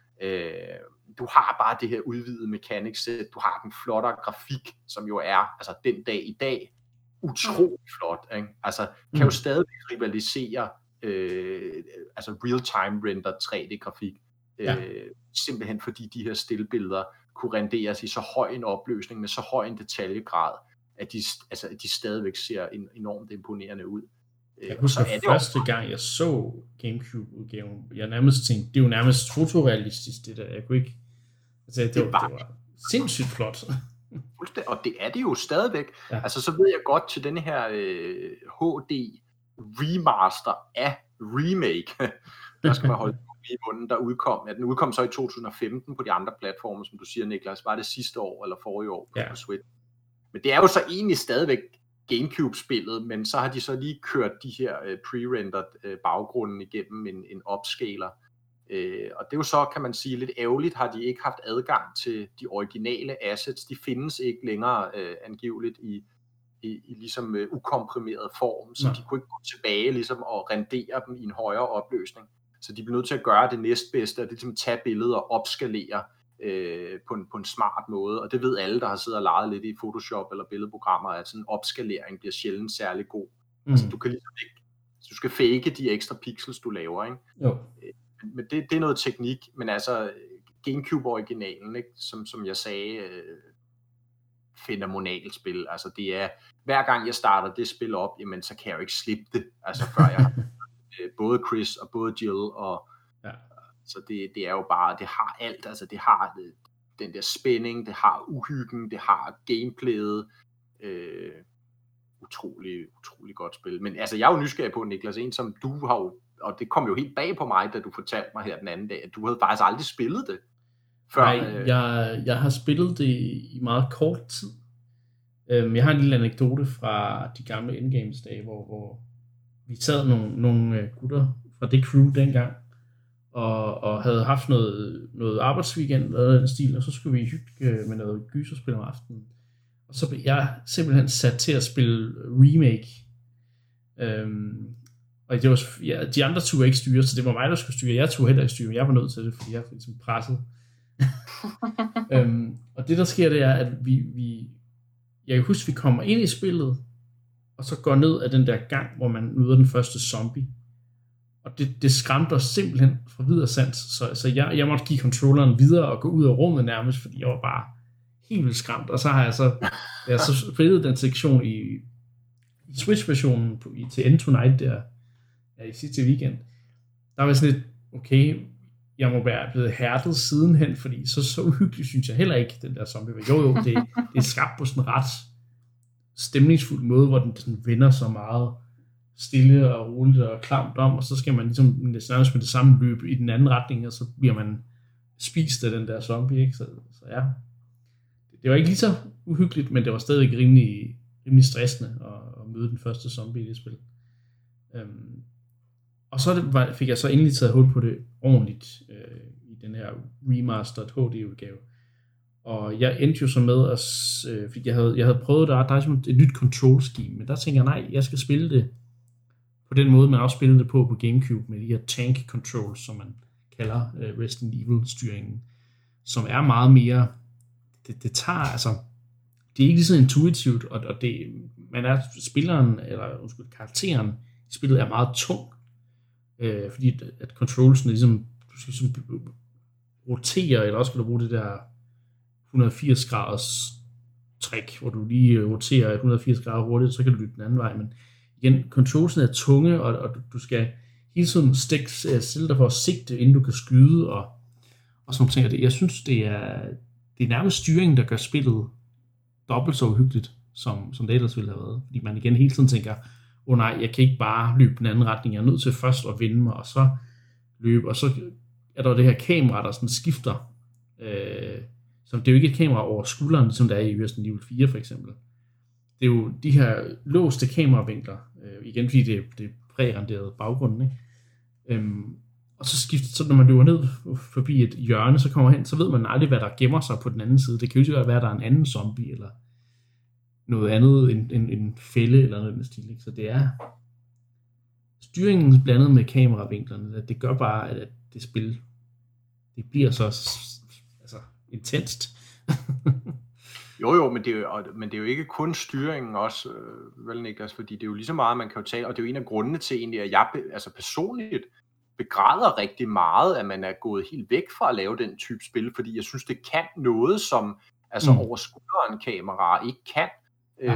Speaker 3: Du har bare det her udvidede mechanic set, du har den flottere grafik, som jo er, altså den dag i dag, utrolig flot, ikke? Altså, kan jo stadig rivalisere, altså real-time render 3D-grafik, simpelthen fordi de her stillbilleder kunne renderes i så høj en opløsning, med så høj en detaljegrad, at de stadigvæk ser enormt imponerende ud.
Speaker 1: Jeg husker første gang, jeg så GameCube-udgaven, jeg nærmest tænkte, det er jo nærmest fotorealistisk, det der. Jeg kunne ikke... Altså, det var sindssygt flot.
Speaker 3: Og det er det jo stadigvæk. Ja. Altså, så ved jeg godt til denne her HD remaster af remake. Der skal man holde i munden, der udkom. Ja, den udkom så i 2015 på de andre platforme, som du siger, Niklas. Var det sidste år eller forrige år på Switch? Men det er jo så egentlig stadigvæk GameCube-spillet, men så har de så lige kørt de her pre-rendered baggrunden igennem en upscaler. Og det er jo så, kan man sige, lidt ærgerligt, har de ikke haft adgang til de originale assets. De findes ikke længere angiveligt i ligesom ukomprimeret form, så de kunne ikke gå tilbage ligesom, og rendere dem i en højere opløsning. Så de bliver nødt til at gøre det næstbedste, og det er ligesom tage billeder og opskalere på en smart måde, og det ved alle, der har siddet og leget lidt i Photoshop eller billedprogrammer, at sådan en opskalering bliver sjældent særlig god. Altså du kan ligesom ikke, du skal fake de ekstra pixels, du laver, ikke?
Speaker 1: Jo.
Speaker 3: Men det er noget teknik, men altså GameCube-originalen, ikke? Som jeg sagde, fænomenalt spil. Altså det er, hver gang jeg starter det spil op, jamen så kan jeg jo ikke slippe det, altså før jeg har både Chris og både Jill og så det er jo bare, det har alt, altså det har den der spænding, det har uhyggen, det har gameplayet, utrolig godt spil. Men altså, jeg er jo nysgerrig på, Niklas, en som du har jo, og det kom jo helt bag på mig, da du fortalte mig her den anden dag, at du havde faktisk aldrig spillet det før.
Speaker 1: Nej, jeg har spillet det i meget kort tid. Jeg har en lille anekdote fra de gamle Endgames-dage, hvor vi sad nogle gutter fra det crew dengang, og havde haft noget arbejdsweekend og den stil, og så skulle vi hygge med noget gyserspil om aftenen. Og så blev jeg simpelthen sat til at spille remake. Og det var, de andre turde ikke styre, så det var mig, der skulle styre. Jeg turde heller ikke styre, men jeg var nødt til det, fordi jeg var ligesom presset. Og det, der sker, det er, at jeg kan huske, vi kommer ind i spillet, og så går ned ad den der gang, hvor man møder den første zombie. Og det skræmte os simpelthen fra videre sans, så jeg måtte give controlleren videre og gå ud af rummet nærmest, fordi jeg var bare helt vildt skræmt. Og så har jeg så spillet den sektion i Switch-versionen til End Tonight der i sidste weekend. Der var sådan lidt, okay, jeg må være blevet hærdet sidenhen, fordi så uhyggeligt synes jeg heller ikke, den der zombie. Jo, det er skabt på sådan en ret stemningsfuld måde, hvor den sådan vender så meget stille og roligt og klamt om, og så skal man ligesom nærmest med det samme løb i den anden retning, og så bliver man spist af den der zombie, ikke? Så ja, det var ikke lige så uhyggeligt, men det var stadig rimelig stressende at møde den første zombie i det spil. Og så fik jeg så endelig taget hul på det ordentligt i den her remastered HD-udgave. Og jeg endte jo så med, fordi jeg havde prøvet, der er sådan et nyt control scheme, men der tænker jeg, nej, jeg skal spille det på den måde, man også spillede det på Gamecube, med de her tank controls, som man kalder Resident Evil-styringen, som er meget mere, det tager, altså, det er ikke lige så intuitivt, og det, karakteren i spillet er meget tung, fordi at controlsen ligesom, du skal ligesom rotere, eller også skal du bruge det der 180 graders trick, hvor du lige roterer 180 grader hurtigt, så kan du lytte den anden vej, men igen, controlsen er tunge, og du skal hele tiden stille dig for at sigte, inden du kan skyde, og sådan nogle ting. Jeg synes, det er nærmest styringen, der gør spillet dobbelt så uhyggeligt, som det ellers ville have været. Fordi man igen hele tiden tænker, nej, jeg kan ikke bare løbe den anden retning, jeg er nødt til først at vende mig, og så løbe, og så er der det her kamera, der sådan skifter. Så det er jo ikke et kamera over skulderen, ligesom der er i Resident Evil 4 for eksempel. Det er jo de her låste kameravinkler, igen fordi det er prærenderet baggrunden, ikke? Og så skifter, så når man løber ned forbi et hjørne, så kommer hen, så ved man aldrig, hvad der gemmer sig på den anden side. Det kan jo ikke være, at der er en anden zombie, eller noget andet, en fælde, eller noget i den stil, ikke? Så det er styringen blandet med kameravinklerne, det gør bare, at det spil, det bliver så altså intenst.
Speaker 3: Jo, men det er jo ikke kun styringen også, vel Niklas, fordi det er jo lige så meget, man kan jo tale, og det er jo en af grundene til egentlig, at jeg personligt begræder rigtig meget, at man er gået helt væk fra at lave den type spil, fordi jeg synes, det kan noget, som over skulderen kamera ikke kan. Ja.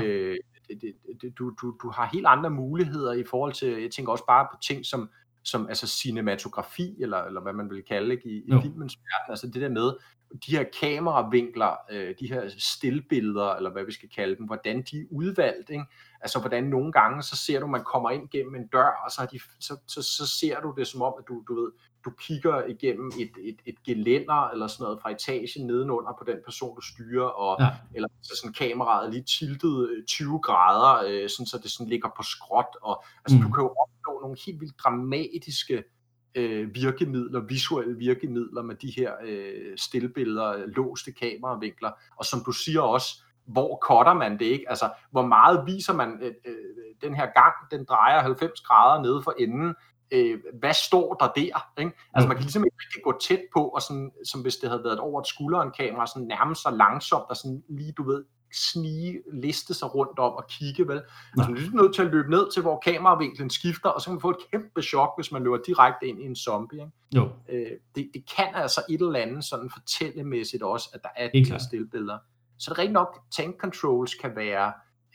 Speaker 3: Du har helt andre muligheder i forhold til, jeg tænker også bare på ting som altså cinematografi, eller hvad man vil kalde det i filmens verden, altså det der med, de her kameravinkler, de her stillbilleder, eller hvad vi skal kalde dem, hvordan de er udvalgt, ikke? Altså hvordan nogle gange, så ser du, man kommer ind gennem en dør, og så ser du det som om, at du kigger igennem et gelænder, eller sådan noget fra etagen nedenunder på den person, du styrer, eller så sådan kameraet lige tiltet 20 grader, sådan, så det sådan ligger på skråt, og altså du kan jo opnå nogle helt vildt dramatiske virkemidler, visuelle virkemidler med de her stillbilleder, låste kameravinkler, og som du siger også, hvor cutter man det, ikke? Altså, hvor meget viser man den her gang, den drejer 90 grader nede for enden, hvad står der der, ikke? Altså, man kan ligesom ikke rigtig gå tæt på, og sådan, som hvis det havde været over et skulderen-kamera, sådan nærmest så langsomt, og sådan lige, du ved, liste sig rundt om og kigge, vel? Altså, man er nødt til at løbe ned til, hvor kameravinklen skifter, og så kan man få et kæmpe chok, hvis man løber direkte ind i en zombie, ikke? Jo. Det kan altså et eller andet sådan fortællemæssigt også, at der er de her stillbilleder. Så det er rigtig nok, tank controls kan være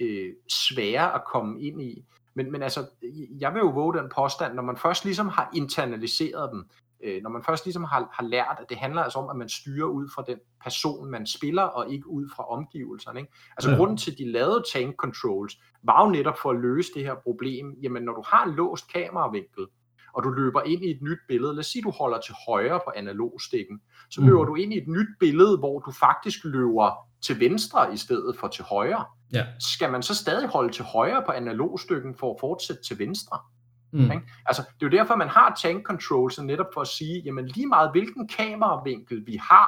Speaker 3: svære at komme ind i. Men altså, jeg vil jo våge den påstand, når man først ligesom har internaliseret dem, når man først ligesom har lært, at det handler altså om, at man styrer ud fra den person, man spiller, og ikke ud fra omgivelserne, ikke? Altså grunden til, at de lavede tank controls, var jo netop for at løse det her problem. Jamen, når du har en låst kameravinkel, og du løber ind i et nyt billede, lad os sige, du holder til højre på analogstikken, så løber du ind i et nyt billede, hvor du faktisk løber til venstre i stedet for til højre. Ja. Skal man så stadig holde til højre på analogstykken for at fortsætte til venstre? Ikke? Altså, det er jo derfor, man har tank controls, netop for at sige, jamen lige meget hvilken kameravinkel vi har,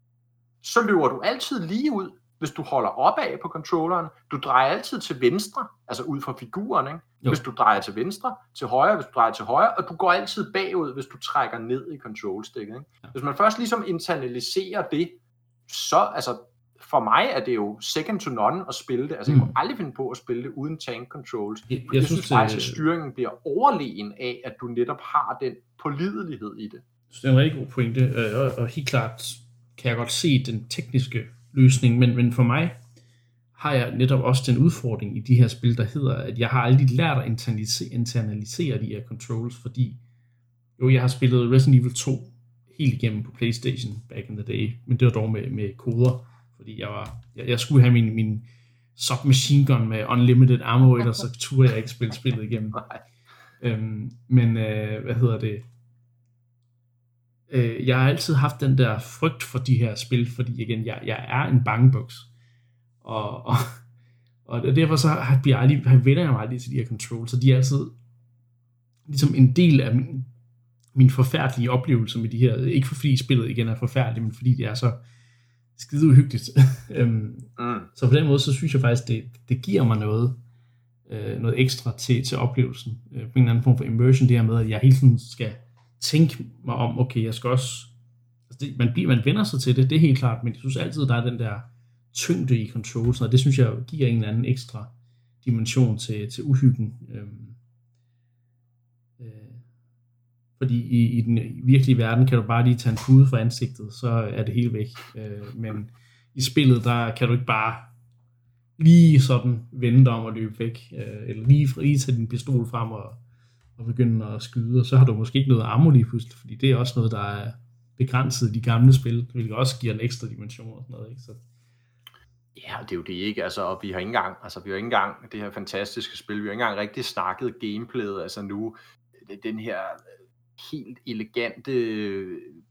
Speaker 3: så løber du altid lige ud, hvis du holder opad på controlleren. Du drejer altid til venstre, altså ud fra figuren, ikke? Hvis du drejer til venstre, til højre, hvis du drejer til højre, og du går altid bagud, hvis du trækker ned i controlstikket, ikke? Ja. Hvis man først ligesom internaliserer det, så altså for mig er det jo second to none at spille det. Altså, jeg kunne aldrig finde på at spille det uden tank controls. Jeg synes faktisk, at styringen bliver overlegen af, at du netop har den pålidelighed i det.
Speaker 1: Det er en rigtig god pointe, og helt klart kan jeg godt se den tekniske løsning, men for mig har jeg netop også den udfordring i de her spil, der hedder, at jeg har aldrig lært at internalisere de her controls, fordi jo, jeg har spillet Resident Evil 2 helt igennem på PlayStation back in the day, men det var dog med koder, fordi jeg skulle have min submachine gun med unlimited ammo, ellers så turde jeg ikke spille spillet igennem. Men hvad hedder det? Jeg har altid haft den der frygt for de her spil, fordi igen, jeg er en bangeboks. Og derfor så vender jeg mig aldrig til de her controls, så de er altid ligesom en del af min forfærdelige oplevelse med de her, ikke fordi spillet igen er forfærdeligt, men fordi det er så skide uhyggeligt. Så på den måde, så synes jeg faktisk, det giver mig noget ekstra til oplevelsen. På en eller anden form for immersion, det her med, at jeg hele tiden skal tænke mig om, okay, jeg skal også, altså man vender sig til det er helt klart, men jeg synes altid, der er den der tyngde i controls, og det synes jeg giver en eller anden ekstra dimension til uhyggen. Fordi i den virkelige verden kan du bare lige tage en pude for ansigtet, så er det helt væk. Men i spillet, der kan du ikke bare lige sådan vende dig om og løbe væk, eller lige tage din pistol frem og begynde at skyde, og så har du måske ikke noget ammo lige pludselig, fordi det er også noget, der er begrænset i de gamle spil, hvilket også giver en ekstra dimension og sådan noget, ikke? Så
Speaker 3: ja, det er jo det ikke, altså, og vi har ikke engang det her fantastiske spil, vi har ikke engang rigtig snakket gameplayet, altså nu, den her helt elegante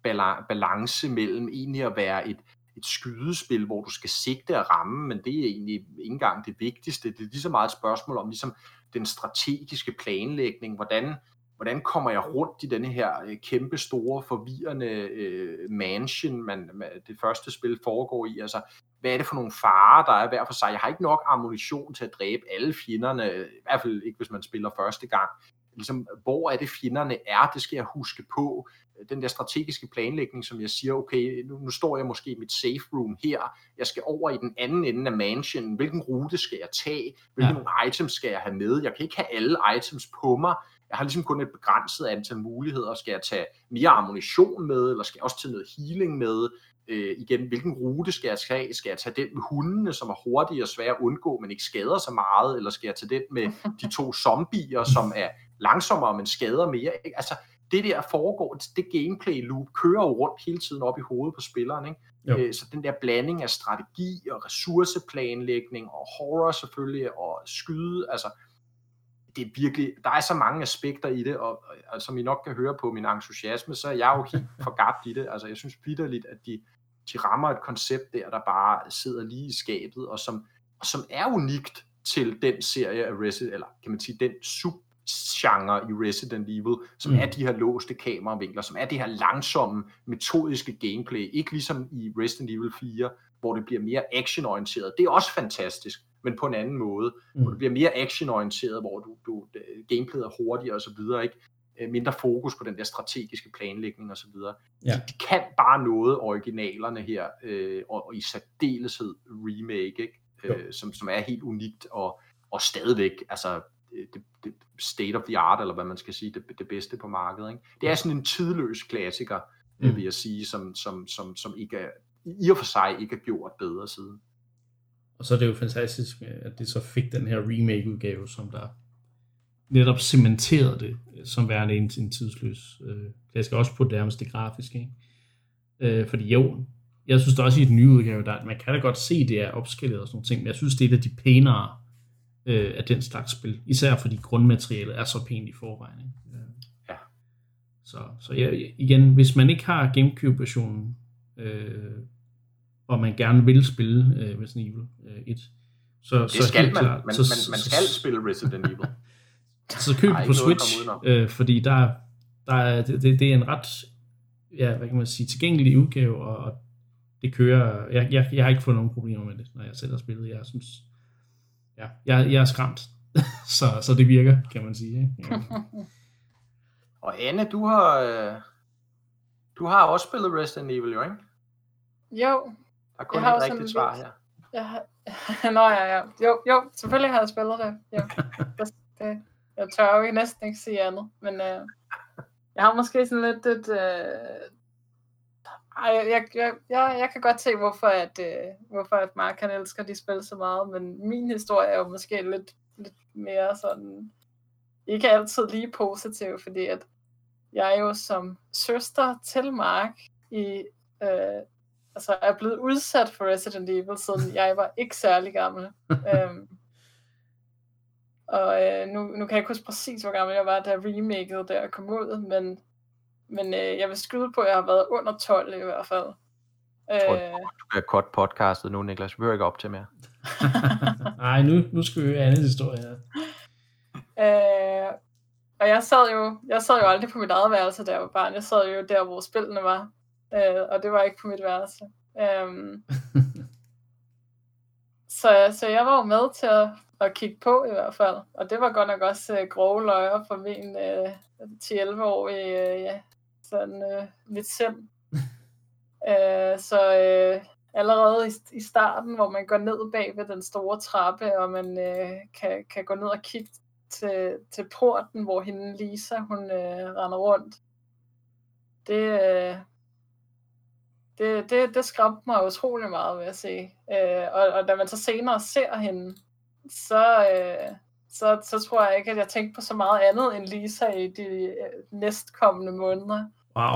Speaker 3: balance mellem egentlig at være et skydespil, hvor du skal sigte og ramme, men det er egentlig ikke engang det vigtigste, det er lige så meget et spørgsmål om ligesom den strategiske planlægning, hvordan kommer jeg rundt i denne her kæmpe store, forvirrende mansion, det første spil foregår i, altså hvad er det for nogle farer, der er hver for sig. Jeg har ikke nok ammunition til at dræbe alle fjenderne, i hvert fald ikke, hvis man spiller første gang. Ligesom, hvor er det fjenderne er, det skal jeg huske på. Den der strategiske planlægning, som jeg siger, okay, nu står jeg måske i mit safe room her, jeg skal over i den anden ende af mansion, hvilken rute skal jeg tage, hvilke items skal jeg have med, jeg kan ikke have alle items på mig, jeg har ligesom kun et begrænset antal muligheder, skal jeg tage mere ammunition med, eller skal jeg også tage noget healing med, igen, hvilken rute skal jeg tage? Skal jeg tage den med hundene, som er hurtige og svære at undgå, men ikke skader så meget, eller skal jeg tage den med de 2 zombier, som er langsommere, men skader mere? Ikke? Altså, det der foregår, det gameplay loop kører jo rundt hele tiden op i hovedet på spilleren, ikke? Så den der blanding af strategi og ressourceplanlægning og horror selvfølgelig, og skyde, altså det er virkelig, der er så mange aspekter i det, og som I nok kan høre på min entusiasme, så er jeg jo helt forgabt i det. Altså jeg synes vitterligt, at de rammer et koncept der bare sidder lige i skabet, og som er unikt til den serie af Resident, eller kan man sige, den subgenre i Resident Evil, som er de her låste kameravinkler, som er det her langsomme, metodiske gameplay, ikke ligesom i Resident Evil 4, hvor det bliver mere actionorienteret. Det er også fantastisk, men på en anden måde, hvor det bliver mere actionorienteret, hvor du gameplayet er hurtigere og så videre, ikke? Mindre fokus på den der strategiske planlægning og så videre. Ja. De kan bare noget, originalerne her, og i særdeleshed remake, ikke? Som er helt unikt og stadigvæk, altså det state of the art, eller hvad man skal sige, det bedste på markedet, ikke? Det er sådan en tidløs klassiker, vil jeg sige, som ikke er, i og for sig ikke er gjort bedre siden.
Speaker 1: Og så er det jo fantastisk, at det så fik den her remake-udgave, som der netop cementerede det, som værende en tidsløs klassiker, også på nærmest det grafiske, ikke? Fordi jo, jeg synes da også i den nye udgave, der man kan da godt se, det er opskaleret og sådan nogle ting, men jeg synes, det er et af de pænere af den slags spil, især fordi grundmaterialet er så pænt i forvejen, ikke?
Speaker 3: Ja.
Speaker 1: Så ja, igen, hvis man ikke har Gamecube-versionen, og man gerne vil spille Resident Evil 1, så
Speaker 3: det skal man. Man skal spille Resident Evil.
Speaker 1: Så køb det på Switch, fordi det er en ret, ja, hvad kan man sige, tilgængelig udgave, og det kører. Jeg har ikke fået nogen problemer med det, når jeg selv har spillet. Jeg synes, ja, jeg er skræmt, så det virker, kan man sige, ikke? Ja.
Speaker 3: Og Anne, du har også spillet Resident Evil, jo, ikke?
Speaker 2: Jo,
Speaker 3: Der er kun et rigtigt svar her.
Speaker 2: Nå ja. Jo, selvfølgelig har jeg spillet det. Jo. Jeg tør jo næsten ikke sige andet, men jeg har måske sådan lidt jeg kan godt se, hvorfor at Mark han elsker de spil så meget, men min historie er jo måske lidt mere sådan, ikke altid lige positiv, fordi at jeg jo som søster til Mark er blevet udsat for Resident Evil, siden jeg var ikke særlig gammel. Nu kan jeg ikke huske præcis, hvor gammel jeg var, da remaket der kom ud, men jeg vil skyde på, at jeg har været under 12 i hvert fald.
Speaker 3: Du kan cut podcastet nu, Niklas. Vi behøver ikke op til mere.
Speaker 1: Nej, nu skal vi høre anden historie her.
Speaker 2: Og jeg sad jo aldrig på mit eget værelse, da jeg var barn. Jeg sad jo der, hvor spillene var. Og det var ikke på mit værelse. Så jeg var jo med til at kigge på i hvert fald. Og det var godt nok også grove løjer for min 10-11-årige mit sind. Allerede i starten, hvor man går ned bag ved den store trappe, og man kan gå ned og kigge til porten, hvor hende Lisa, hun render rundt. Det skræmte mig utrolig meget, vil jeg sige. Og da man så senere ser hende, så tror jeg ikke, at jeg tænkte på så meget andet end Lisa i de næstkommende måneder.
Speaker 1: Wow.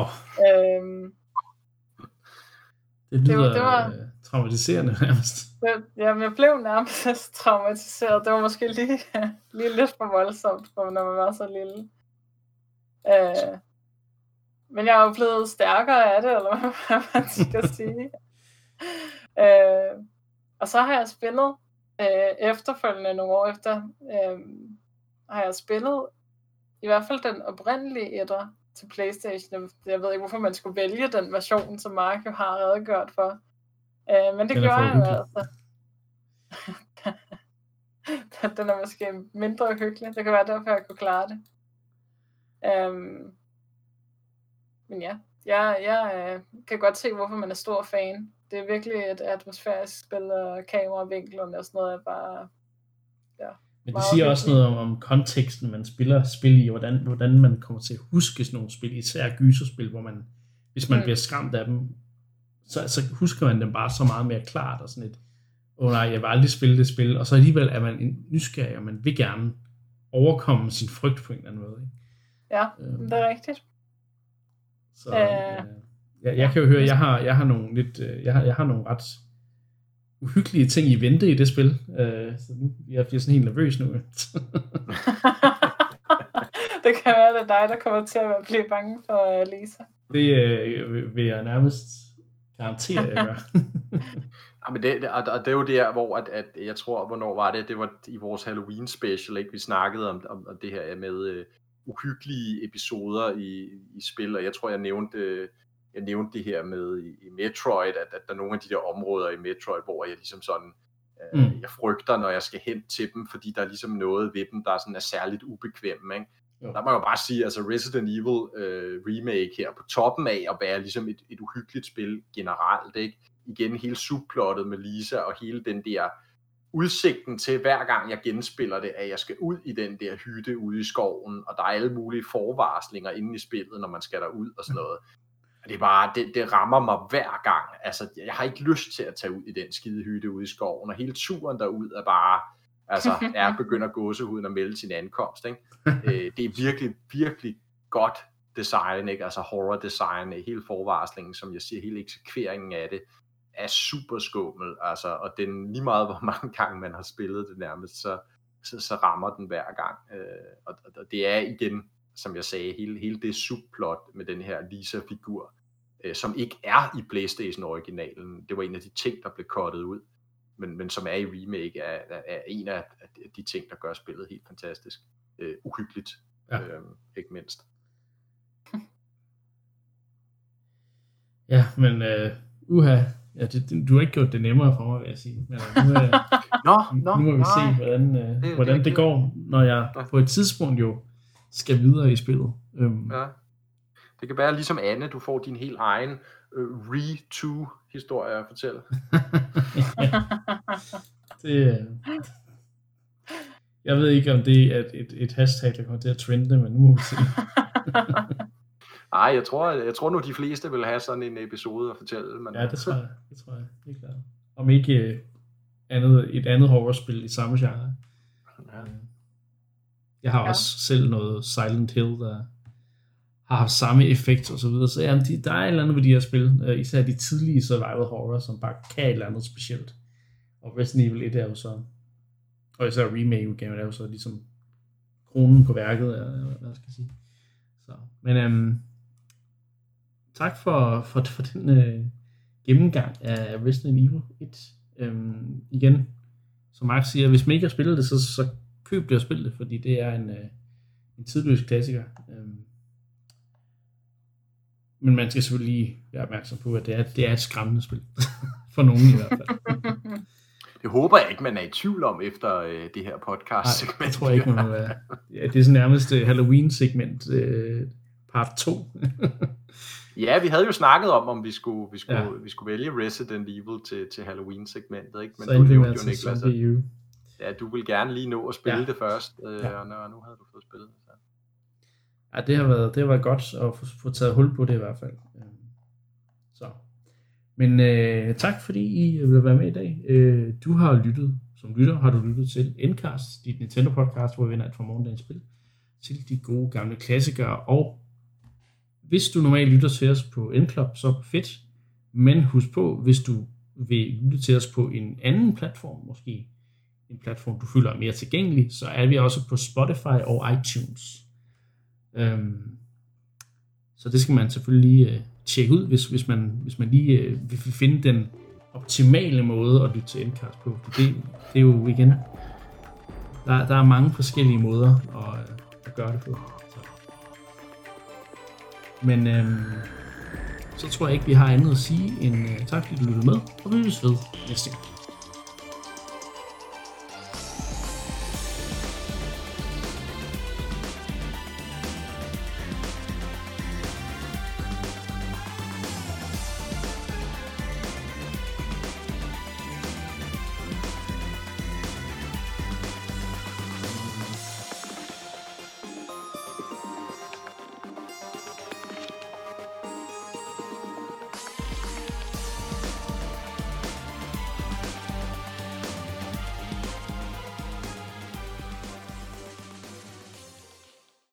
Speaker 1: Det lyder traumatiserende nærmest.
Speaker 2: Jamen, jeg blev nærmest traumatiseret. Det var måske lige lidt for voldsomt, når man var så lille. Men jeg er jo blevet stærkere af det, eller hvad man skal sige. Og så har jeg spillet, efterfølgende nogle år efter, har jeg spillet i hvert fald den oprindelige etter til PlayStation. Jeg ved ikke, hvorfor man skulle vælge den version, som Mark jo har redegjort for. Men det gjorde jeg jo altså. Den er måske mindre hyggelig. Det kan være derfor, jeg kunne klare det. Men ja, jeg kan godt se, hvorfor man er stor fan. Det er virkelig et atmosfærisk spil, og kameravinklerne og sådan noget er bare... Ja,
Speaker 1: men det siger også noget om konteksten, man spiller spil i, hvordan man kommer til at huske sådan nogle spil, især gyserspil, hvor man, hvis man bliver skræmt af dem, så husker man dem bare så meget mere klart, og sådan et, nej, jeg vil aldrig spille det spil, og så alligevel er man nysgerrig, og man vil gerne overkomme sin frygt på en eller anden måde. Ikke?
Speaker 2: Ja, det er rigtigt.
Speaker 1: Så jeg kan jo høre, jeg har nogle lidt, jeg har nogle ret uhyggelige ting i vente i det spil, så nu jeg bliver sådan helt nervøs nu.
Speaker 2: Det kan være, det er dig, der kommer til at blive bange for Lisa.
Speaker 1: Det vil jeg nærmest garantere, jeg gør.
Speaker 3: Ja, men det er jo der, hvor at jeg tror, hvornår var det? Det var i vores Halloween special, ikke? Vi snakkede om det her med uhyggelige episoder i spil, og jeg tror, jeg nævnte det her med i Metroid, at der er nogle af de der områder i Metroid, hvor jeg ligesom sådan, jeg frygter, når jeg skal hen til dem, fordi der er ligesom noget ved dem, der sådan er særligt ubekvemme, ikke? Jo. Der må jeg jo bare sige, altså Resident Evil remake her, på toppen af at være ligesom et uhyggeligt spil generelt, ikke? Igen hele subplottet med Lisa, og hele den der udsigten til, hver gang jeg genspiller det, at jeg skal ud i den der hytte ude i skoven, og der er alle mulige forvarslinger inde i spillet, når man skal derud og sådan noget. Det er bare, det rammer mig hver gang. Altså, jeg har ikke lyst til at tage ud i den skide hytte ude i skoven, og hele turen derud er bare, altså, jeg begynder gåsehuden at melde sin ankomst, ikke? Det er virkelig, virkelig godt design, ikke? Altså horror design, hele forvarslingen, som jeg siger, hele eksekveringen af det, er super skummel, altså, og den lige meget, hvor mange gange man har spillet det nærmest, så rammer den hver gang. Og det er igen, som jeg sagde, hele det subplot med den her Lisa-figur, som ikke er i PlayStation-originalen. Det var en af de ting, der blev cuttet ud, men som er i remake, er en af de ting, der gør spillet helt fantastisk. Uhyggeligt, ikke mindst.
Speaker 1: Ja, men ja, du har ikke gjort det nemmere for mig, vil jeg sige. Men nu må vi se, hvordan det går, når jeg på et tidspunkt jo skal videre i spillet.
Speaker 3: Ja. Det kan være ligesom Anne, du får din helt egen Re-2-historie at fortælle.
Speaker 1: Jeg ved ikke, om det er et hashtag, der kommer til at trende, men nu må vi se.
Speaker 3: Nej, jeg tror nu, de fleste vil have sådan en episode at fortælle. Men...
Speaker 1: Ja, det tror jeg. Helt klart. Om ikke et andet horrorspil i samme genre. Ja. Jeg har også selv noget Silent Hill, der har haft samme effekt og så videre. Så ja, der er et eller andet ved de her spil, især de tidlige survival horror, som bare kan et eller andet specielt. Og Resident Evil 1 er jo så, og især remake-udgaven er jo så ligesom kronen på værket, hvad jeg skal sige. Så, men tak for den gennemgang af Resident Evil 1. Igen, som Mark siger, hvis man ikke har spillet det, så køb det og spil det, fordi det er en tidløs klassiker. Men man skal selvfølgelig lige være opmærksom på, at det er et skræmmende spil. For nogen i hvert fald.
Speaker 3: Det håber jeg ikke, man er i tvivl om efter det her podcast-segment.
Speaker 1: Nej, jeg tror ikke, man må være. Ja, det er sådan nærmest Halloween-segment part 2.
Speaker 3: Ja, vi havde jo snakket om vi skulle vælge Resident Evil til Halloween-segmentet, ikke? Men
Speaker 1: så endte vi altså Niklas.
Speaker 3: Ja, du vil gerne lige nå at spille det først, og nu havde du fået spillet det. Så.
Speaker 1: Ja, det har været godt at få taget hul på det i hvert fald. Så. Men tak fordi I vil være med i dag. Du har lyttet, som lytter, har du lyttet til Endcast, dit Nintendo podcast, hvor vi vender alt fra morgendagens spil til de gode gamle klassikere. Og hvis du normalt lytter til os på Endclub, så fedt. Men husk på, hvis du vil lytte til os på en anden platform, måske en platform, du føler er mere tilgængelig, så er vi også på Spotify og iTunes. Så det skal man selvfølgelig tjekke ud, hvis man lige vil finde den optimale måde at lytte til Endcast på. Det er jo igen, der er mange forskellige måder at gøre det på. Så. Men så tror jeg ikke, vi har andet at sige end tak fordi du lyttede med, og vi ses ved næste gang.